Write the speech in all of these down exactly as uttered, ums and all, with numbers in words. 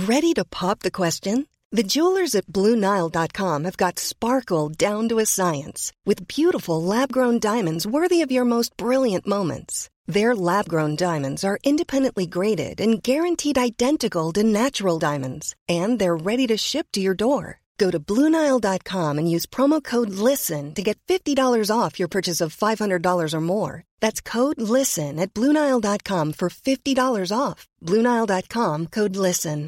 Ready to pop the question? The jewelers at Blue Nile dot com have got sparkle down to a science with beautiful lab-grown diamonds worthy of your most brilliant moments. Their lab-grown diamonds are independently graded and guaranteed identical to natural diamonds, and they're ready to ship to your door. Go to Blue Nile dot com and use promo code LISTEN to get fifty dollars off your purchase of five hundred dollars or more. That's code LISTEN at Blue Nile dot com for fifty dollars off. Blue Nile dot com, code LISTEN.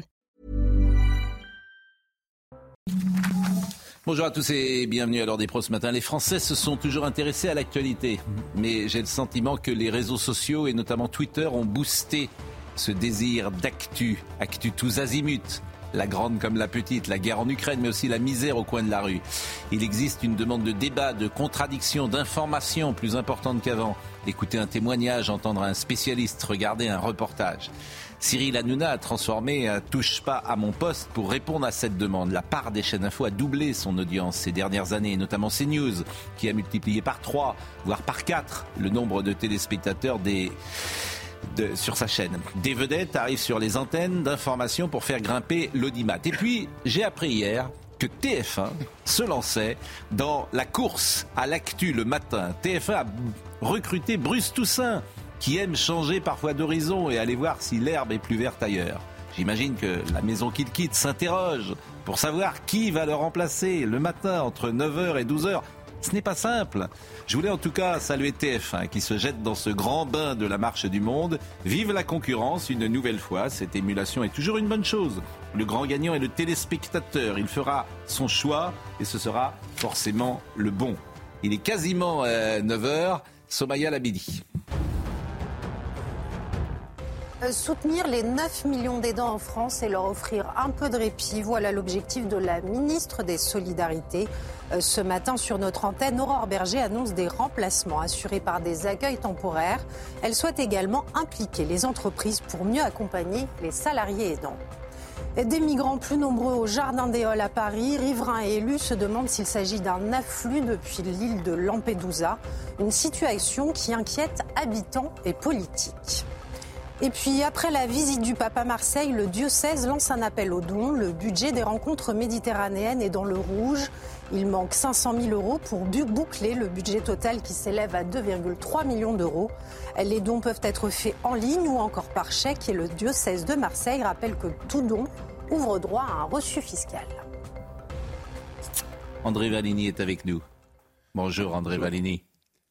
Bonjour à tous et bienvenue à l'heure des pros ce matin. Les Français se sont toujours intéressés à l'actualité, mais j'ai le sentiment que les réseaux sociaux et notamment Twitter ont boosté ce désir d'actu, actu tous azimuts. La grande comme la petite, la guerre en Ukraine, mais aussi la misère au coin de la rue. Il existe une demande de débat, de contradiction, d'information plus importante qu'avant. Écouter un témoignage, entendre un spécialiste, regarder un reportage. Cyril Hanouna a transformé un « touche pas à mon poste » pour répondre à cette demande. La part des chaînes info a doublé son audience ces dernières années, notamment CNews, qui a multiplié par trois, voire par quatre, le nombre de téléspectateurs des... De, sur sa chaîne. Des vedettes arrivent sur les antennes d'information pour faire grimper l'audimat. Et puis, j'ai appris hier que T F un se lançait dans la course à l'actu le matin. T F un a recruté Bruce Toussaint, qui aime changer parfois d'horizon et aller voir si l'herbe est plus verte ailleurs. J'imagine que la maison qu'il quitte s'interroge pour savoir qui va le remplacer le matin entre neuf heures et douze heures. Ce n'est pas simple. Je voulais en tout cas saluer T F un qui se jette dans ce grand bain de la marche du monde. Vive la concurrence une nouvelle fois. Cette émulation est toujours une bonne chose. Le grand gagnant est le téléspectateur. Il fera son choix et ce sera forcément le bon. Il est quasiment euh, neuf heures. Somaya Labidi. Soutenir les neuf millions d'aidants en France et leur offrir un peu de répit, voilà l'objectif de la ministre des Solidarités. Ce matin, sur notre antenne, Aurore Berger annonce des remplacements assurés par des accueils temporaires. Elle souhaite également impliquer les entreprises pour mieux accompagner les salariés aidants. Des migrants plus nombreux au Jardin des Halles à Paris, riverains et élus se demandent s'il s'agit d'un afflux depuis l'île de Lampedusa. Une situation qui inquiète habitants et politiques. Et puis, après la visite du pape à Marseille, le diocèse lance un appel aux dons. Le budget des rencontres méditerranéennes est dans le rouge. Il manque cinq cent mille euros pour boucler le budget total qui s'élève à deux virgule trois millions d'euros. Les dons peuvent être faits en ligne ou encore par chèque. Et le diocèse de Marseille rappelle que tout don ouvre droit à un reçu fiscal. André Valigny est avec nous. Bonjour André Bonjour. Valigny.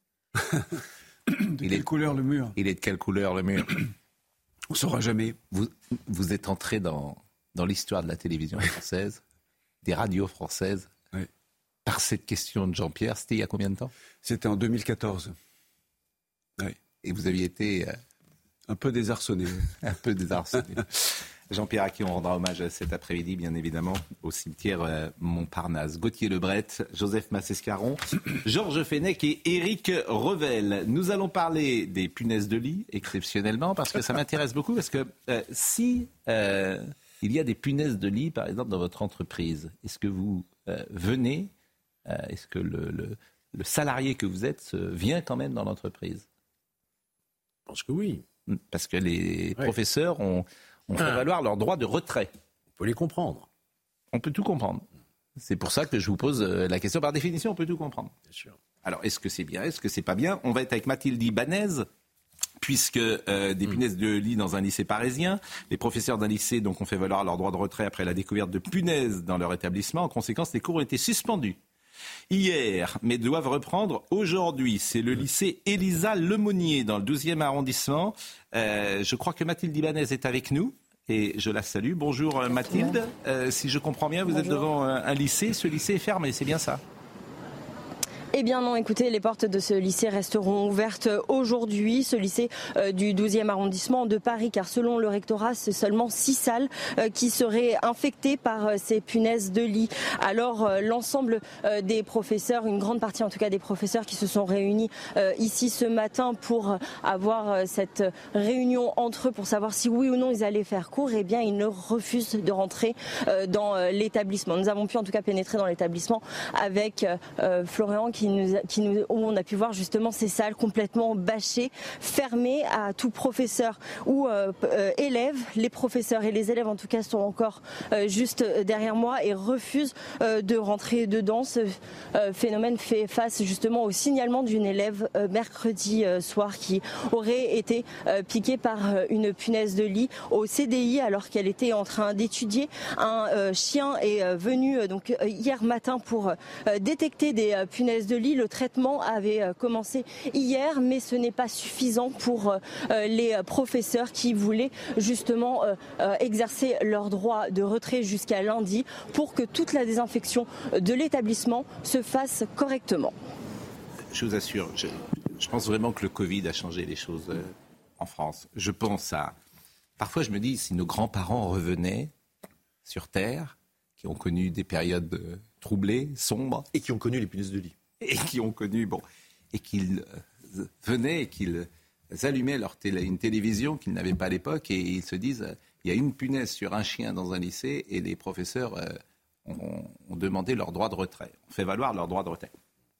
De il quelle est, couleur le mur Il est de quelle couleur le mur On ne saura jamais. Vous, vous êtes entré dans, dans l'histoire de la télévision française, des radios françaises, oui. par cette question de Jean-Pierre. C'était il y a combien de temps ? C'était en deux mille quatorze. Oui. Et vous aviez été... Euh... Un peu désarçonné. Un peu désarçonné. Jean-Pierre, à qui on rendra hommage cet après-midi, bien évidemment, au cimetière euh, Montparnasse. Gauthier Lebret, Joseph Massescaron, Georges Fenech et Éric Revel. Nous allons parler des punaises de lit, exceptionnellement, parce que ça m'intéresse beaucoup, parce que euh, si euh, il y a des punaises de lit, par exemple, dans votre entreprise, est-ce que vous euh, venez, euh, est-ce que le, le, le salarié que vous êtes vient quand même dans l'entreprise ? Je pense que oui. Parce que les ouais. professeurs ont... On fait valoir leur droit de retrait. On peut les comprendre. On peut tout comprendre. C'est pour ça que je vous pose la question. Par définition, on peut tout comprendre. Bien sûr. Alors, est-ce que c'est bien ? Est-ce que c'est pas bien ? On va être avec Mathilde Ibanez, puisque euh, des punaises de lit dans un lycée parisien. Les professeurs d'un lycée donc, ont fait valoir leur droit de retrait après la découverte de punaises dans leur établissement. En conséquence, les cours ont été suspendus hier, mais doivent reprendre aujourd'hui. C'est le lycée Élisa Lemonnier dans le douzième arrondissement. Euh, je crois que Mathilde Ibanez est avec nous et je la salue. Bonjour Mathilde. Euh, si je comprends bien, vous Bonjour. êtes devant un, un lycée. Ce lycée est fermé, c'est bien ça ? Eh bien non, écoutez, les portes de ce lycée resteront ouvertes aujourd'hui, ce lycée euh, du douzième arrondissement de Paris, car selon le rectorat, c'est seulement six salles euh, qui seraient infectées par euh, ces punaises de lit. Alors euh, l'ensemble euh, des professeurs, une grande partie en tout cas des professeurs qui se sont réunis euh, ici ce matin pour avoir euh, cette réunion entre eux pour savoir si oui ou non ils allaient faire cours, eh bien ils ne refusent de rentrer euh, dans euh, l'établissement. Nous avons pu en tout cas pénétrer dans l'établissement avec euh, Florian qui qui nous, qui nous, où on a pu voir justement ces salles complètement bâchées, fermées à tout professeur ou euh, euh, élève. Les professeurs et les élèves en tout cas sont encore euh, juste derrière moi et refusent euh, de rentrer dedans. Ce euh, phénomène fait face justement au signalement d'une élève euh, mercredi euh, soir qui aurait été euh, piquée par euh, une punaise de lit au C D I alors qu'elle était en train d'étudier. Un euh, chien est euh, venu euh, donc euh, hier matin pour euh, détecter des euh, punaises de lit. Le traitement avait euh, commencé hier, mais ce n'est pas suffisant pour euh, les professeurs qui voulaient justement euh, euh, exercer leur droit de retrait jusqu'à lundi pour que toute la désinfection de l'établissement se fasse correctement. Je vous assure, je, je pense vraiment que le Covid a changé les choses euh, en France. Je pense à... Parfois, je me dis, si nos grands-parents revenaient sur Terre, qui ont connu des périodes euh, troublées, sombres... Et qui ont connu les punaises de lit. Et qui ont connu... Bon, et qu'ils euh, venaient et qu'ils allumaient leur télé, une télévision qu'ils n'avaient pas à l'époque et ils se disent, euh, il y a une punaise sur un chien dans un lycée et les professeurs euh, ont, ont demandé leur droit de retrait. On fait valoir leur droit de retrait.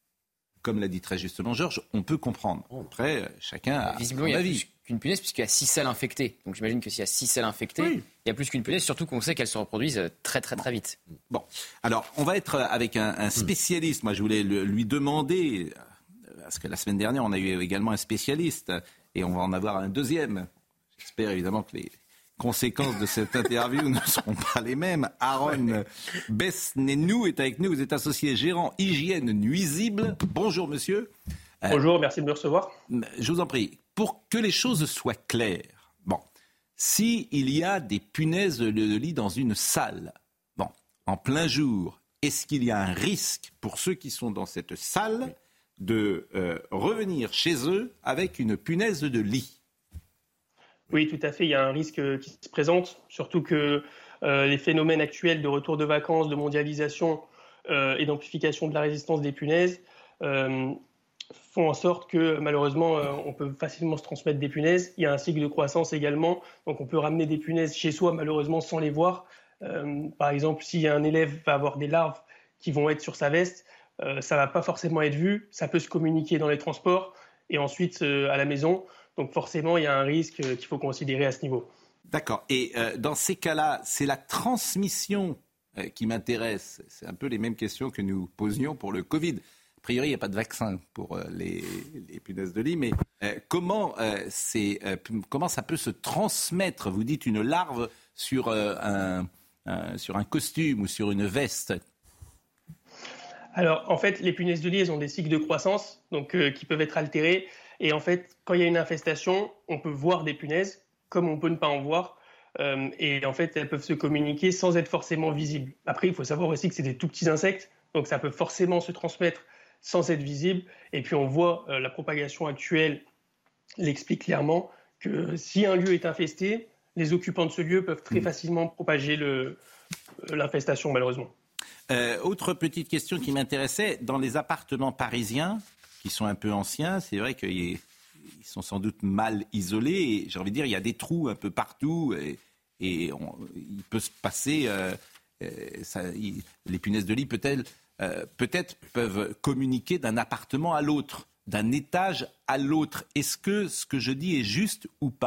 Comme l'a dit très justement Georges, on peut comprendre. Après, chacun a visiblement, son il y a avis. plus qu'une punaise puisqu'il y a six salles infectées. Donc j'imagine que s'il y a six salles infectées, oui. il y a plus qu'une punaise, surtout qu'on sait qu'elles se reproduisent très très très vite. Bon, alors on va être avec un, un spécialiste. Moi, je voulais le, lui demander, parce que la semaine dernière, on a eu également un spécialiste, et on va en avoir un deuxième. J'espère évidemment que les conséquences de cette interview ne seront pas les mêmes. Aaron Besnenou est avec nous. Vous êtes associé gérant hygiène nuisible. Bonjour monsieur. Bonjour, euh, merci de me recevoir. Je vous en prie. Pour que les choses soient claires, bon, s'il y a des punaises de lit dans une salle, bon, en plein jour, est-ce qu'il y a un risque pour ceux qui sont dans cette salle de euh, revenir chez eux avec une punaise de lit ? Oui, tout à fait. Il y a un risque qui se présente, surtout que euh, les phénomènes actuels de retour de vacances, de mondialisation euh, et d'amplification de la résistance des punaises euh, font en sorte que malheureusement, euh, on peut facilement se transmettre des punaises. Il y a un cycle de croissance également, donc on peut ramener des punaises chez soi malheureusement sans les voir. Euh, par exemple, si un élève va avoir des larves qui vont être sur sa veste, euh, ça ne va pas forcément être vu, ça peut se communiquer dans les transports et ensuite euh, à la maison. Donc forcément, il y a un risque qu'il faut considérer à ce niveau. D'accord. Et euh, dans ces cas-là, c'est la transmission euh, qui m'intéresse. C'est un peu les mêmes questions que nous posions pour le Covid. A priori, il n'y a pas de vaccin pour euh, les, les punaises de lit, mais euh, comment, euh, c'est, euh, comment ça peut se transmettre ? Vous dites une larve sur, euh, un, un, sur un costume ou sur une veste ? Alors, en fait, les punaises de lit, elles ont des cycles de croissance donc, euh, qui peuvent être altérés. Et en fait, quand il y a une infestation, on peut voir des punaises, comme on peut ne pas en voir. Euh, et en fait, elles peuvent se communiquer sans être forcément visibles. Après, il faut savoir aussi que c'est des tout petits insectes, donc ça peut forcément se transmettre sans être visible. Et puis, on voit euh, la propagation actuelle l'explique clairement que si un lieu est infesté, les occupants de ce lieu peuvent très facilement propager le, euh, l'infestation, malheureusement. Euh, autre petite question qui m'intéressait, dans les appartements parisiens, qui sont un peu anciens, c'est vrai qu'ils sont sans doute mal isolés. Et j'ai envie de dire, il y a des trous un peu partout et, et on, il peut se passer... Euh, ça, il, les punaises de lit peut-être, euh, peut-être peuvent communiquer d'un appartement à l'autre, d'un étage à l'autre. Est-ce que ce que je dis est juste ou pas ?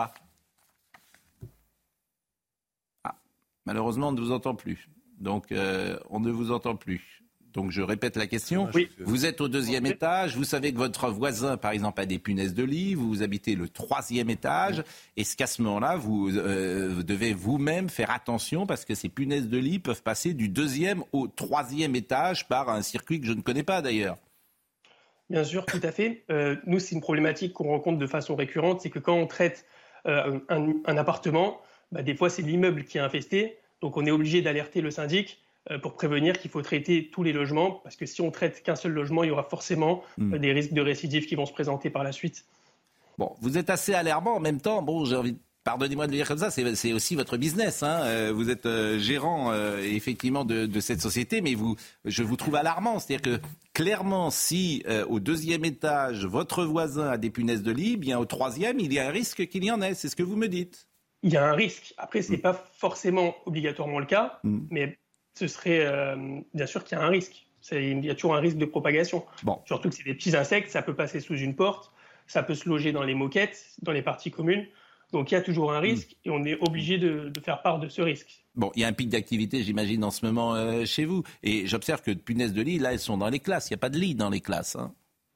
Ah, malheureusement, on ne vous entend plus. Donc, euh, on ne vous entend plus. Donc je répète la question. Oui. Vous êtes au deuxième oui. étage, vous savez que votre voisin, par exemple, a des punaises de lit, vous habitez le troisième étage, oui. est-ce qu'à ce moment-là, vous, euh, vous devez vous-même faire attention parce que ces punaises de lit peuvent passer du deuxième au troisième étage par un circuit que je ne connais pas d'ailleurs ? Bien sûr, tout à fait. Euh, nous, c'est une problématique qu'on rencontre de façon récurrente, c'est que quand on traite euh, un, un appartement, bah, des fois c'est l'immeuble qui est infesté, donc on est obligé d'alerter le syndic pour prévenir qu'il faut traiter tous les logements, parce que si on traite qu'un seul logement, il y aura forcément mmh. des risques de récidive qui vont se présenter par la suite. Bon, vous êtes assez alarmant en même temps. Bon, j'ai envie de... Pardonnez-moi de le dire comme ça, c'est, c'est aussi votre business. Hein. Euh, vous êtes euh, gérant euh, effectivement de, de cette société, mais vous, je vous trouve alarmant. C'est-à-dire que clairement, si euh, au deuxième étage, votre voisin a des punaises de lit, bien au troisième, il y a un risque qu'il y en ait. C'est ce que vous me dites. Il y a un risque. Après, ce n'est mmh. pas forcément obligatoirement le cas, mmh. mais ce serait euh, bien sûr qu'il y a un risque. C'est, il y a toujours un risque de propagation. Bon. Surtout que c'est des petits insectes, ça peut passer sous une porte, ça peut se loger dans les moquettes, dans les parties communes. Donc il y a toujours un risque mmh. et on est obligé de, de faire part de ce risque. Bon, il y a un pic d'activité, j'imagine, en ce moment euh, chez vous. Et j'observe que de punaises de lit, là, elles sont dans les classes. Il n'y a pas de lit dans les classes. Hein.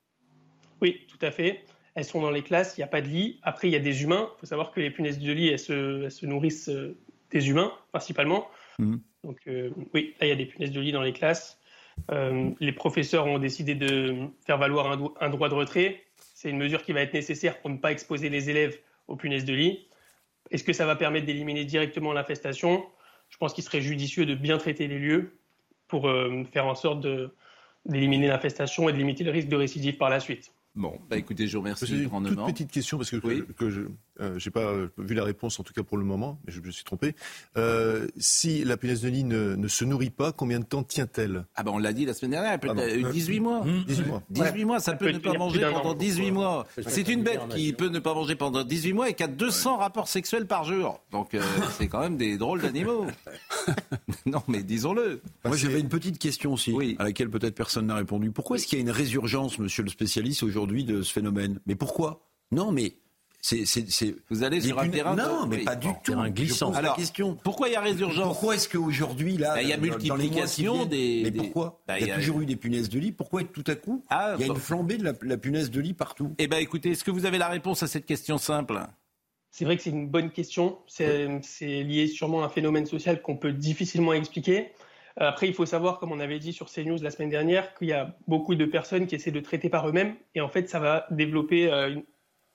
Oui, tout à fait. Elles sont dans les classes, il n'y a pas de lit. Après, il y a des humains. Il faut savoir que les punaises de lit, elles se, elles se nourrissent des humains, principalement. Mmh. Donc euh, oui, là, il y a des punaises de lit dans les classes. Euh, les professeurs ont décidé de faire valoir un, do- un droit de retrait. C'est une mesure qui va être nécessaire pour ne pas exposer les élèves aux punaises de lit. Est-ce que ça va permettre d'éliminer directement l'infestation ? Je pense qu'il serait judicieux de bien traiter les lieux pour euh, faire en sorte de, d'éliminer l'infestation et de limiter le risque de récidive par la suite. Bon, bah écoutez, je vous remercie J'ai grandement. Une toute petite question, parce que, oui. que, que je n'ai euh, pas vu la réponse, en tout cas pour le moment, mais je me suis trompé. Euh, si la punaise de lit ne, ne se nourrit pas, combien de temps tient-elle ? Ah ben on l'a dit la semaine dernière, peut-être dix-huit mois. Mmh. dix-huit mois. dix-huit ouais. mois, ça, ça peut, peut ne pas manger pendant dix-huit mois. C'est une bête qui peut ne pas manger pendant dix-huit mois et qui a deux cents ouais. rapports sexuels par jour. Donc euh, c'est quand même des drôles d'animaux. Non mais disons-le. Moi j'avais une petite question aussi, oui. à laquelle peut-être personne n'a répondu. Pourquoi est-ce qu'il y a une résurgence, monsieur le spécialiste, aujourd'hui de ce phénomène ? Mais pourquoi ? Non, mais c'est, c'est, c'est... Vous allez sur un terrain Non, mais oui. pas du bon, tout. Terrain glissant. Alors, question. Pourquoi il y a résurgence ? Pourquoi est-ce qu'aujourd'hui, là, bah, il y a multiplication des... Mais pourquoi bah, il y a, y a toujours eu des punaises de lit. Pourquoi tout à coup, ah, il y a bon. une flambée de la, la punaise de lit partout ? Eh bien, écoutez, est-ce que vous avez la réponse à cette question simple ? C'est vrai que c'est une bonne question. C'est, c'est lié sûrement à un phénomène social qu'on peut difficilement expliquer. Après, il faut savoir, comme on avait dit sur CNews la semaine dernière, qu'il y a beaucoup de personnes qui essaient de traiter par eux-mêmes. Et en fait, ça va développer... Euh, une...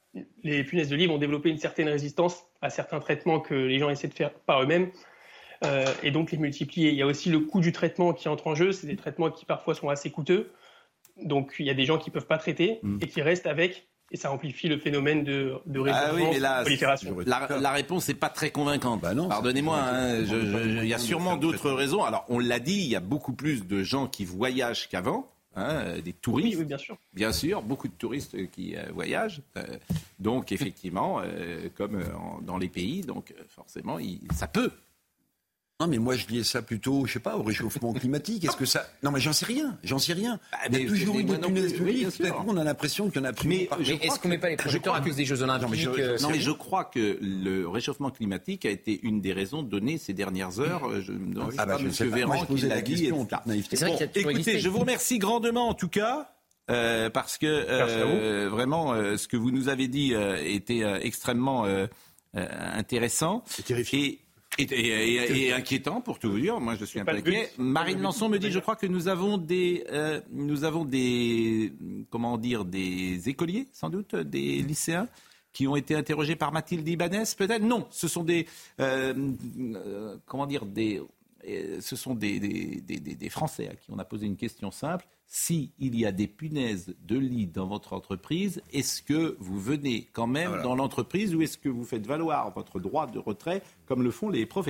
Les punaises de lit vont développer une certaine résistance à certains traitements que les gens essaient de faire par eux-mêmes. Euh, et donc, les multiplier. Il y a aussi le coût du traitement qui entre en jeu. C'est des traitements qui parfois sont assez coûteux. Donc, il y a des gens qui ne peuvent pas traiter mmh. et qui restent avec. Et ça amplifie le phénomène de, de résurgence, ah oui, mais là, de prolifération. La, la réponse n'est pas très convaincante. Bah non, Pardonnez-moi, hein, je, je, il y a sûrement d'autres raisons. Alors, on l'a dit, il y a beaucoup plus de gens qui voyagent qu'avant, hein, des touristes. Oui, oui, bien sûr. Bien sûr, beaucoup de touristes qui euh, voyagent. Euh, donc, effectivement, euh, comme euh, en, dans les pays, donc euh, forcément, il, ça peut. Non, mais moi, je liais ça plutôt, je sais pas, au réchauffement climatique. Est-ce que ça... Non, mais j'en sais rien. J'en sais rien. Bah, il y a toujours eu des punaises de lit. Tout à coup, on a l'impression qu'il y en a plus. Mais, mais est-ce qu'on ne met pas les projecteurs à cause des Jeux Olympiques ? Non, mais je, euh, non, mais je crois que le réchauffement climatique a été une des raisons données ces dernières heures. Je, non, ah, bah, M. Véran qui l'a dit. C'est vrai qu'il y a écoutez, existé. Je vous remercie grandement, en tout cas. Euh, parce que euh, vraiment, euh, ce que vous nous avez dit euh, était euh, extrêmement euh, euh, intéressant. C'est terrifiant. Et, Et, et, et, et inquiétant pour tout vous dire. Moi, je suis un peu inquiet. Marine Lançon me dit, je crois que nous avons des, euh, nous avons des, comment dire, des écoliers, sans doute, des lycéens qui ont été interrogés par Mathilde Ibanez, peut-être. Non, ce sont des, euh, euh, comment dire, des, euh, ce sont des, des, des, des, des Français à qui on a posé une question simple. Si il y a des punaises de lit dans votre entreprise, est-ce que vous venez quand même voilà. dans l'entreprise ou est-ce que vous faites valoir votre droit de retrait comme le font les professeurs ?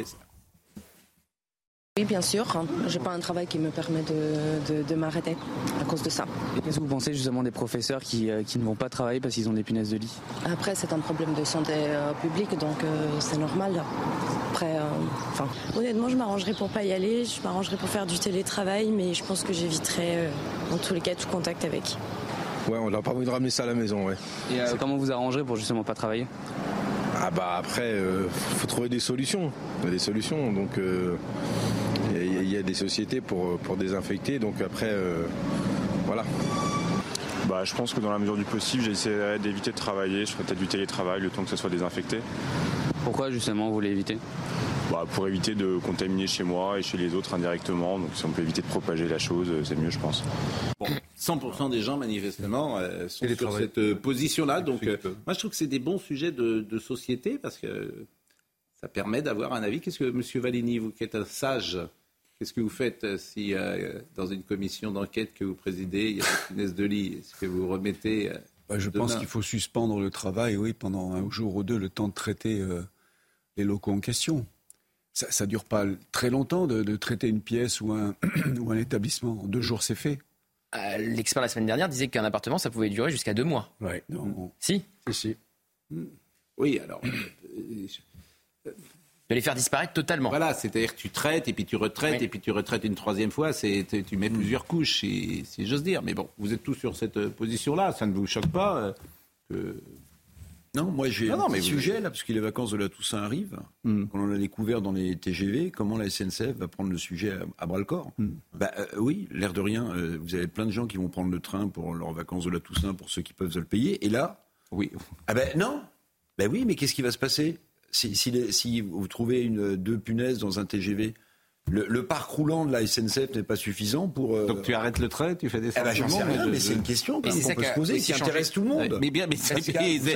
Oui, bien sûr. Je n'ai pas un travail qui me permet de, de, de m'arrêter à cause de ça. Et qu'est-ce que vous pensez justement des professeurs qui, euh, qui ne vont pas travailler parce qu'ils ont des punaises de lit ? Après, c'est un problème de santé euh, publique, donc euh, c'est normal. Après, enfin. Euh, Honnêtement, je m'arrangerai pour pas y aller. Je m'arrangerai pour faire du télétravail, mais je pense que j'éviterai, euh, dans tous les cas, tout contact avec. Ouais, on n'a pas envie de ramener ça à la maison, ouais. Et euh, comment vous arrangerez pour justement pas travailler ? Ah bah après, euh, faut trouver des solutions. Il y a des solutions, donc il euh, y, y a des sociétés pour, pour désinfecter, donc après, euh, voilà. Bah, je pense que dans la mesure du possible, j'essaierai d'éviter de travailler. Je ferai peut-être du télétravail, le temps que ça soit désinfecté. Pourquoi justement vous voulez éviter ? Bah, pour éviter de contaminer chez moi et chez les autres indirectement. Donc si on peut éviter de propager la chose, c'est mieux, je pense. Bon, cent pour cent des gens, manifestement, euh, sont sur travail. cette euh, position-là. Donc euh, moi, je trouve que c'est des bons sujets de, de société parce que ça permet d'avoir un avis. Qu'est-ce que, M. Vallini, vous qui êtes un sage, qu'est-ce que vous faites si, euh, dans une commission d'enquête que vous présidez, il y a des punaises de lit ? Est-ce que vous remettez euh, bah, Je pense qu'il faut suspendre le travail, oui, pendant un jour ou deux, le temps de traiter euh, les locaux en question. Ça ne dure pas très longtemps de, de traiter une pièce ou un, ou un établissement. En deux jours, c'est fait. Euh, l'expert la semaine dernière disait qu'un appartement, ça pouvait durer jusqu'à deux mois. Oui, non, non. Si Si, si. Oui, alors... Euh, De les faire disparaître totalement. Voilà, c'est-à-dire que tu traites et puis tu retraites oui. et puis tu retraites une troisième fois, c'est, tu mets mmh. plusieurs couches, si, si j'ose dire. Mais bon, vous êtes tous sur cette position-là, ça ne vous choque pas euh, que... Non, moi j'ai non, un non, mais sujet avez... là, parce que les vacances de la Toussaint arrivent. Mm. Quand on l'a découvert dans les T G V, comment la S N C F va prendre le sujet à, à bras-le-corps mm. bah, euh, Oui, l'air de rien, euh, vous avez plein de gens qui vont prendre le train pour leurs vacances de la Toussaint, pour ceux qui peuvent se le payer. Et là, oui. Ah ben non Ben oui, mais qu'est-ce qui va se passer si, si, les, si vous trouvez une, deux punaises dans un T G V, Le, le parc roulant de la S N C F n'est pas suffisant pour... Euh... Donc tu arrêtes le train, tu fais des... Eh ben, j'en sais rien, mais c'est une question qu'on peut se poser, qui intéresse tout le monde. Mais bien, mais ça, mais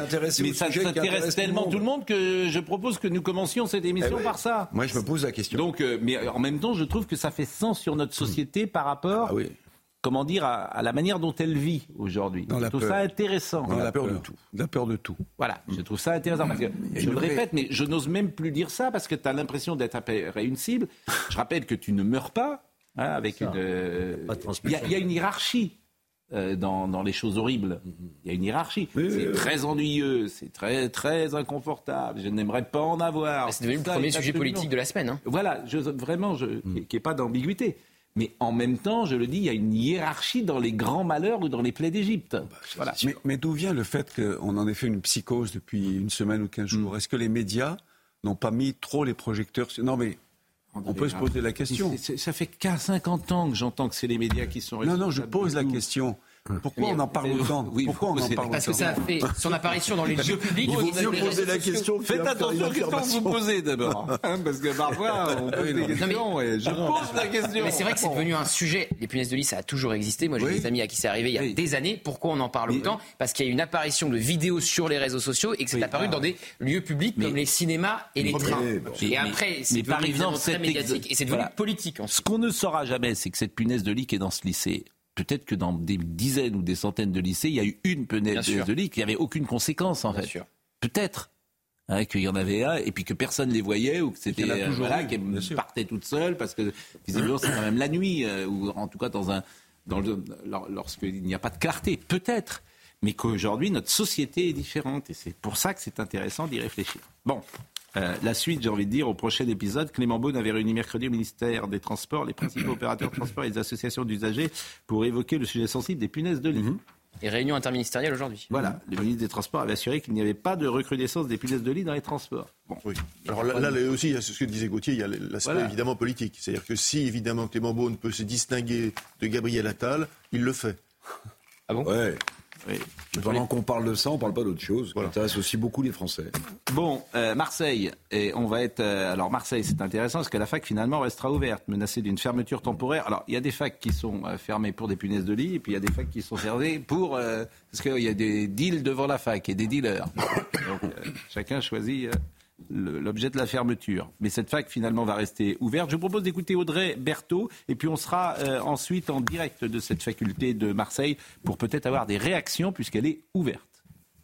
ça intéresse tellement tout le monde que je propose que nous commencions cette émission eh ouais. par ça. Moi, je me pose la question. Donc, euh, mais en même temps, je trouve que ça fait sens sur notre société mmh. par rapport... Ah oui. Comment dire, à, à la manière dont elle vit aujourd'hui. Je trouve ça intéressant. Dans la peur de tout. La peur de tout. Voilà, je trouve ça intéressant. Parce que, je le répète, mais je n'ose même plus dire ça parce que tu as l'impression d'être après une cible. Je rappelle que tu ne meurs pas hein, avec ça. une... Euh, il y, y a une hiérarchie euh, dans, dans les choses horribles. Il y a une hiérarchie. Oui, c'est oui, très oui. ennuyeux, c'est très, très inconfortable. Je n'aimerais pas en avoir. Mais c'est devenu le premier sujet politique de la semaine. Hein. Voilà, je, vraiment, je, mm. qu'il n'y ait pas d'ambiguïté. Mais en même temps, je le dis, il y a une hiérarchie dans les grands malheurs ou dans les plaies d'Égypte. Bah, voilà. Mais, mais d'où vient le fait qu'on en ait fait une psychose depuis une semaine ou quinze jours ? Mmh. Est-ce que les médias n'ont pas mis trop les projecteurs sur... Non mais on, on peut se poser la question. C'est, c'est, ça fait cinquante ans que j'entends que c'est les médias qui sont... Non, non, je pose la question. Pourquoi mais, on en parle mais, autant oui, Pourquoi on en parle Parce autant que ça a fait son apparition dans les lieux publics. Il vaut mieux poser la question. Faites attention qu'est-ce que vous posez d'abord. Parce que parfois, on pose des questions et je pose la question. Mais c'est vrai que c'est devenu un sujet. Les punaises de lit, ça a toujours existé. Moi, j'ai oui. des amis à qui c'est arrivé il y a oui. des années. Pourquoi on en parle oui. autant ? Parce qu'il y a une apparition de vidéos sur les réseaux sociaux et que c'est oui. apparu ah. dans des lieux publics mais, comme les cinémas et les trains. Et mais, après, c'est devenu par exemple, très médiatique et c'est devenu politique. Ce qu'on ne saura jamais, c'est que cette punaise de lit qui est dans ce lycée, peut-être que dans des dizaines ou des centaines de lycées, il y a eu une punaise de lit qui n'avait aucune conséquence, en Bien fait. Sûr. Peut-être hein, qu'il y en avait un, et puis que personne ne les voyait, ou que c'était euh, voilà, qu'elle partait toute seule, parce que visiblement c'est quand même la nuit, euh, ou en tout cas dans un, dans le, lorsqu'il n'y a pas de clarté. Peut-être, mais qu'aujourd'hui notre société est différente, et c'est pour ça que c'est intéressant d'y réfléchir. Bon. Euh, la suite, j'ai envie de dire, au prochain épisode, Clément Beaune avait réuni mercredi au ministère des Transports les principaux opérateurs de transport et les associations d'usagers pour évoquer le sujet sensible des punaises de lit. Mmh. Et réunion interministérielle aujourd'hui. Voilà, le ministre des Transports avait assuré qu'il n'y avait pas de recrudescence des punaises de lit dans les transports. Bon. Oui. Alors là, là, là aussi, il y a ce que disait Gauthier, il y a l'aspect voilà. évidemment politique. C'est-à-dire que si évidemment Clément Beaune peut se distinguer de Gabriel Attal, il le fait. Ah bon ? Ouais. Oui. Pendant qu'on parle de ça, on ne parle pas d'autre chose. Voilà. Ça intéresse aussi beaucoup les Français. Bon, euh, Marseille, et on va être. Euh, alors Marseille, c'est intéressant parce que la fac finalement restera ouverte, menacée d'une fermeture temporaire. Alors il y a des facs qui sont euh, fermées pour des punaises de lit, et puis il y a des facs qui sont fermées pour euh, parce qu'il y a des deals devant la fac et des dealers. Donc euh, chacun choisit. Euh, l'objet de la fermeture. Mais cette fac, finalement, va rester ouverte. Je vous propose d'écouter Audrey Berthaud, et puis on sera euh, ensuite en direct de cette faculté de Marseille pour peut-être avoir des réactions, puisqu'elle est ouverte.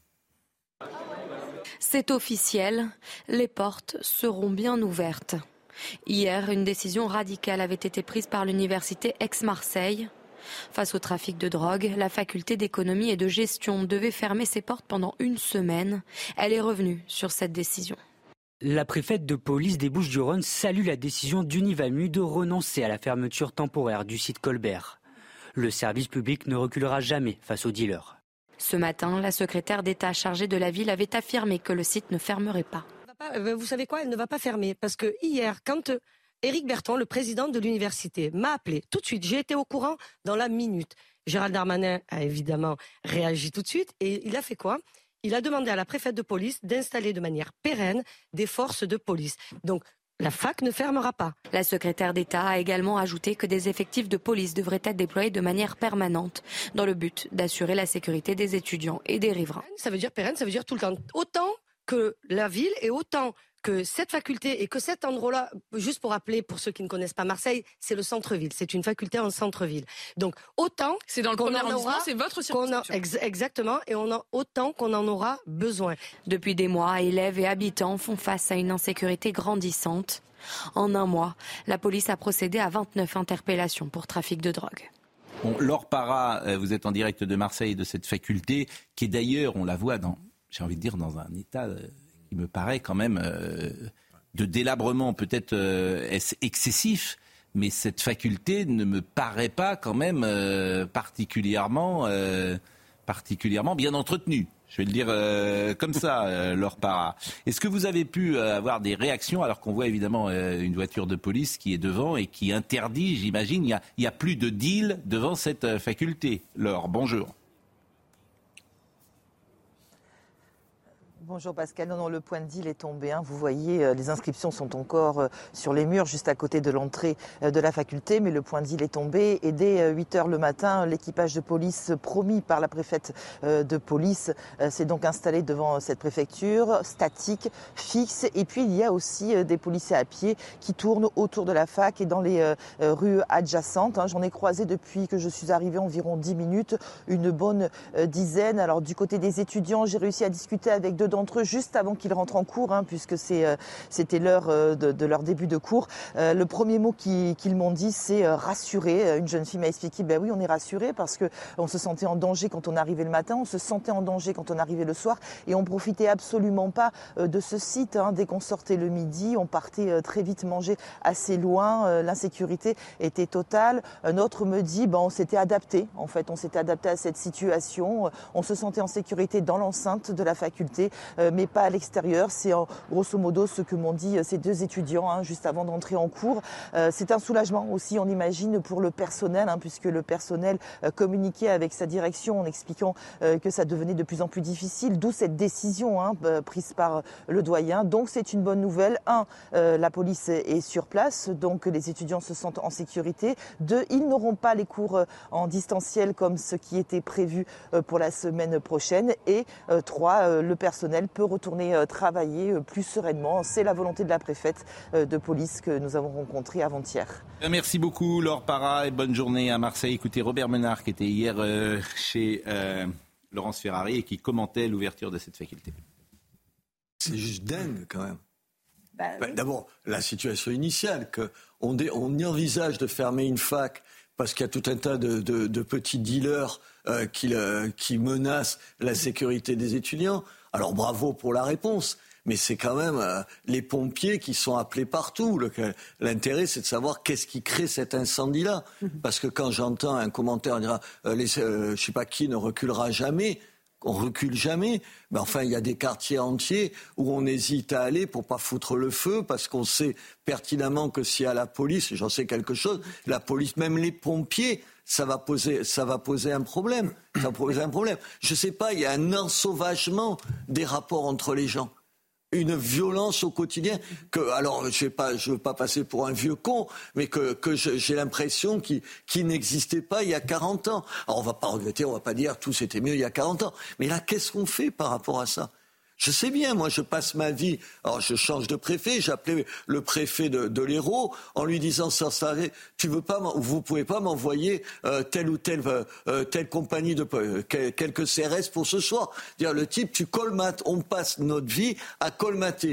C'est officiel, les portes seront bien ouvertes. Hier, une décision radicale avait été prise par l'université Aix-Marseille. Face au trafic de drogue, la faculté d'économie et de gestion devait fermer ses portes pendant une semaine. Elle est revenue sur cette décision. La préfète de police des Bouches-du-Rhône salue la décision d'Univamu de renoncer à la fermeture temporaire du site Colbert. Le service public ne reculera jamais face aux dealers. Ce matin, la secrétaire d'État chargée de la ville avait affirmé que le site ne fermerait pas. Vous savez quoi ? Elle ne va pas fermer parce que hier, quand Éric Berton, le président de l'université, m'a appelé tout de suite, j'ai été au courant dans la minute. Gérald Darmanin a évidemment réagi tout de suite et il a fait quoi ? Il a demandé à la préfète de police d'installer de manière pérenne des forces de police. Donc, la fac ne fermera pas. La secrétaire d'État a également ajouté que des effectifs de police devraient être déployés de manière permanente dans le but d'assurer la sécurité des étudiants et des riverains. Ça veut dire pérenne, ça veut dire tout le temps. Autant que la ville et autant que cette faculté et que cet endroit-là, juste pour rappeler, pour ceux qui ne connaissent pas Marseille, c'est le centre-ville. C'est une faculté en centre-ville. Donc, autant... C'est dans le premier arrondissement, c'est votre circonscription. A, ex, exactement, et on a autant qu'on en aura besoin. Depuis des mois, élèves et habitants font face à une insécurité grandissante. En un mois, la police a procédé à vingt-neuf interpellations pour trafic de drogue. Bon, Laure Parra, vous êtes en direct de Marseille, de cette faculté, qui est d'ailleurs, on la voit dans, j'ai envie de dire, dans un état... qui me paraît quand même euh, de délabrement, peut-être euh, est-ce excessif, mais cette faculté ne me paraît pas quand même euh, particulièrement, euh, particulièrement bien entretenue. Je vais le dire euh, comme ça, euh, Laure Parra. Est-ce que vous avez pu euh, avoir des réactions alors qu'on voit évidemment euh, une voiture de police qui est devant et qui interdit, j'imagine, il n'y a, a plus de deal devant cette euh, faculté. Laure, bonjour. Bonjour Pascal, non, non, le point de deal est tombé. Hein. Vous voyez, euh, les inscriptions sont encore euh, sur les murs juste à côté de l'entrée euh, de la faculté, mais le point de deal est tombé. Et dès euh, huit heures le matin, l'équipage de police promis par la préfète euh, de police euh, s'est donc installé devant euh, cette préfecture, statique, fixe. Et puis il y a aussi euh, des policiers à pied qui tournent autour de la fac et dans les euh, euh, rues adjacentes. Hein. J'en ai croisé depuis que je suis arrivée environ dix minutes, une bonne euh, dizaine. Alors du côté des étudiants, j'ai réussi à discuter avec deux d'entre eux juste avant qu'ils rentrent en cours, hein, puisque c'est, euh, c'était l'heure euh, de, de leur début de cours. Euh, le premier mot qui, qu'ils m'ont dit, c'est euh, rassurer. Une jeune fille m'a expliqué, ben oui, on est rassuré parce que on se sentait en danger quand on arrivait le matin, on se sentait en danger quand on arrivait le soir, et on profitait absolument pas euh, de ce site. Hein. Dès qu'on sortait le midi, on partait euh, très vite manger assez loin. Euh, l'insécurité était totale. Un autre me dit, ben on s'était adapté. En fait, on s'était adapté à cette situation. On se sentait en sécurité dans l'enceinte de la faculté. Euh, mais pas à l'extérieur. C'est en, grosso modo ce que m'ont dit ces deux étudiants hein, juste avant d'entrer en cours. Euh, c'est un soulagement aussi, on imagine, pour le personnel, hein, puisque le personnel euh, communiquait avec sa direction en expliquant euh, que ça devenait de plus en plus difficile, d'où cette décision hein, prise par le doyen. Donc c'est une bonne nouvelle. Un, euh, la police est sur place, donc les étudiants se sentent en sécurité. Deux, ils n'auront pas les cours en distanciel comme ce qui était prévu pour la semaine prochaine. Et euh, trois, euh, le personnel peut retourner euh, travailler euh, plus sereinement. C'est la volonté de la préfète euh, de police que nous avons rencontrée avant-hier. Merci beaucoup Laure Parra et bonne journée à Marseille. Écoutez, Robert Ménard qui était hier euh, chez euh, Laurence Ferrari et qui commentait l'ouverture de cette faculté. C'est juste dingue quand même. Bah, bah, oui. D'abord, la situation initiale, qu'on on envisage de fermer une fac parce qu'il y a tout un tas de, de, de petits dealers euh, qui, euh, qui menacent la sécurité des étudiants. Alors bravo pour la réponse, mais c'est quand même euh, les pompiers qui sont appelés partout. Le, l'intérêt, c'est de savoir qu'est-ce qui crée cet incendie-là. Parce que quand j'entends un commentaire, on dira euh, les, euh, je sais pas qui ne reculera jamais. On recule jamais. Mais enfin, il y a des quartiers entiers où on hésite à aller pour pas foutre le feu parce qu'on sait pertinemment que s'il y a la police, j'en sais quelque chose, la police, même les pompiers, ça va poser, ça va poser un problème. Ça va poser un problème. Je sais pas, il y a un ensauvagement des rapports entre les gens. Une violence au quotidien que, alors, je vais pas, je veux pas passer pour un vieux con, mais que, que je, j'ai l'impression qu'il, qu'il n'existait pas il y a quarante ans. Alors, on va pas regretter, on va pas dire tout c'était mieux il y a quarante ans. Mais là, qu'est-ce qu'on fait par rapport à ça? Je sais bien, moi, je passe ma vie. Alors, je change de préfet. J'appelais le préfet de, de l'Hérault en lui disant sans s'arrêter, tu veux pas, vous pouvez pas m'envoyer euh, telle ou telle euh, telle compagnie de euh, quelques C R S pour ce soir. Dire le type, tu colmates. On passe notre vie à colmater.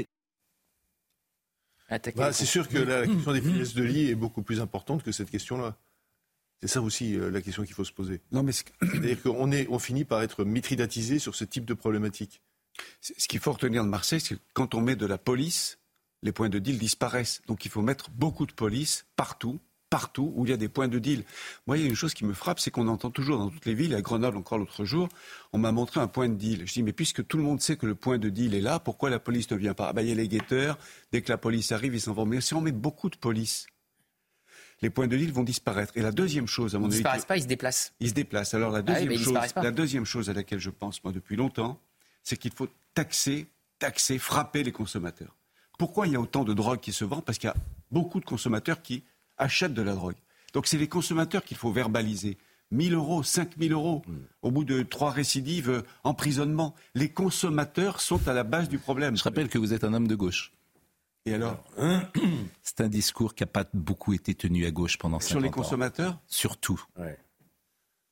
Bah, c'est sûr que la question des punaises de lit est beaucoup plus importante que cette question-là. C'est ça aussi euh, la question qu'il faut se poser. Non, mais c'est... C'est-à-dire qu'on est, on finit par être mitridatisé sur ce type de problématique. Ce qu'il faut retenir de Marseille, c'est que quand on met de la police, les points de deal disparaissent. Donc il faut mettre beaucoup de police partout, partout où il y a des points de deal. Moi, il y a une chose qui me frappe, c'est qu'on entend toujours dans toutes les villes, à Grenoble encore l'autre jour, on m'a montré un point de deal. Je dis, mais puisque tout le monde sait que le point de deal est là, pourquoi la police ne vient pas? Ah ben, il y a les guetteurs, dès que la police arrive, ils s'en vont. Mais si on met beaucoup de police, les points de deal vont disparaître. Et la deuxième chose, à mon avis... Ils ne disparaissent pas, ils se déplacent. Ils se déplacent. Alors la deuxième, ah oui, chose, la deuxième chose à laquelle je pense, moi, depuis longtemps, c'est qu'il faut taxer, taxer, frapper les consommateurs. Pourquoi il y a autant de drogue qui se vend? Parce qu'il y a beaucoup de consommateurs qui achètent de la drogue. Donc c'est les consommateurs qu'il faut verbaliser. mille euros, cinq mille euros, mmh. au bout de trois récidives, euh, emprisonnement. Les consommateurs sont à la base du problème. Je rappelle que vous êtes un homme de gauche. Et alors, c'est un discours qui n'a pas beaucoup été tenu à gauche pendant cinquante ans. Sur les consommateurs? Surtout. Ouais.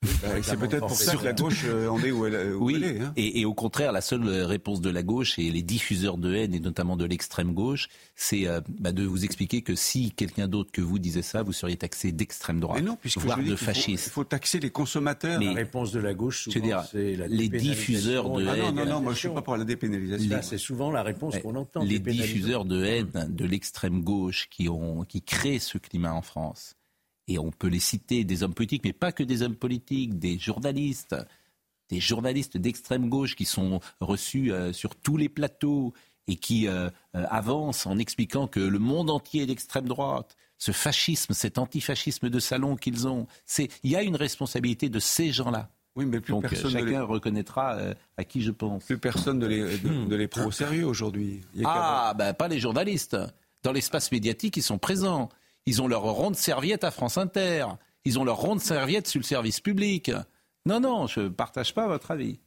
C'est peut-être pour ça que la gauche en est où elle, où oui, elle est. Hein. Et, et au contraire, la seule réponse de la gauche et les diffuseurs de haine, et notamment de l'extrême gauche, c'est euh, bah, de vous expliquer que si quelqu'un d'autre que vous disait ça, vous seriez taxé d'extrême droite, mais non, puisque voire je dis de qu'il fasciste. Faut, il faut taxer les consommateurs. Mais la réponse de la gauche, souvent, dire, c'est la les diffuseurs de ah haine. Non, non, non, moi je suis pas pour la dépénalisation. Ça, c'est souvent la réponse ouais, qu'on entend. Les diffuseurs de haine de l'extrême gauche qui ont, qui créent ce climat en France. Et on peut les citer, des hommes politiques, mais pas que des hommes politiques, des journalistes, des journalistes d'extrême gauche qui sont reçus euh, sur tous les plateaux et qui euh, euh, avancent en expliquant que le monde entier est d'extrême droite. Ce fascisme, cet antifascisme de salon qu'ils ont, c'est, il y a une responsabilité de ces gens-là. Oui, mais plus Donc personne chacun les... reconnaîtra euh, à qui je pense. Plus personne ne les, de, de les prend au sérieux aujourd'hui. Ah, ben pas les journalistes. Dans l'espace médiatique, ils sont présents. Ils ont leur rond de serviette à France Inter. Ils ont leur rond de serviette sur le service public. Non, non, je ne partage pas votre avis.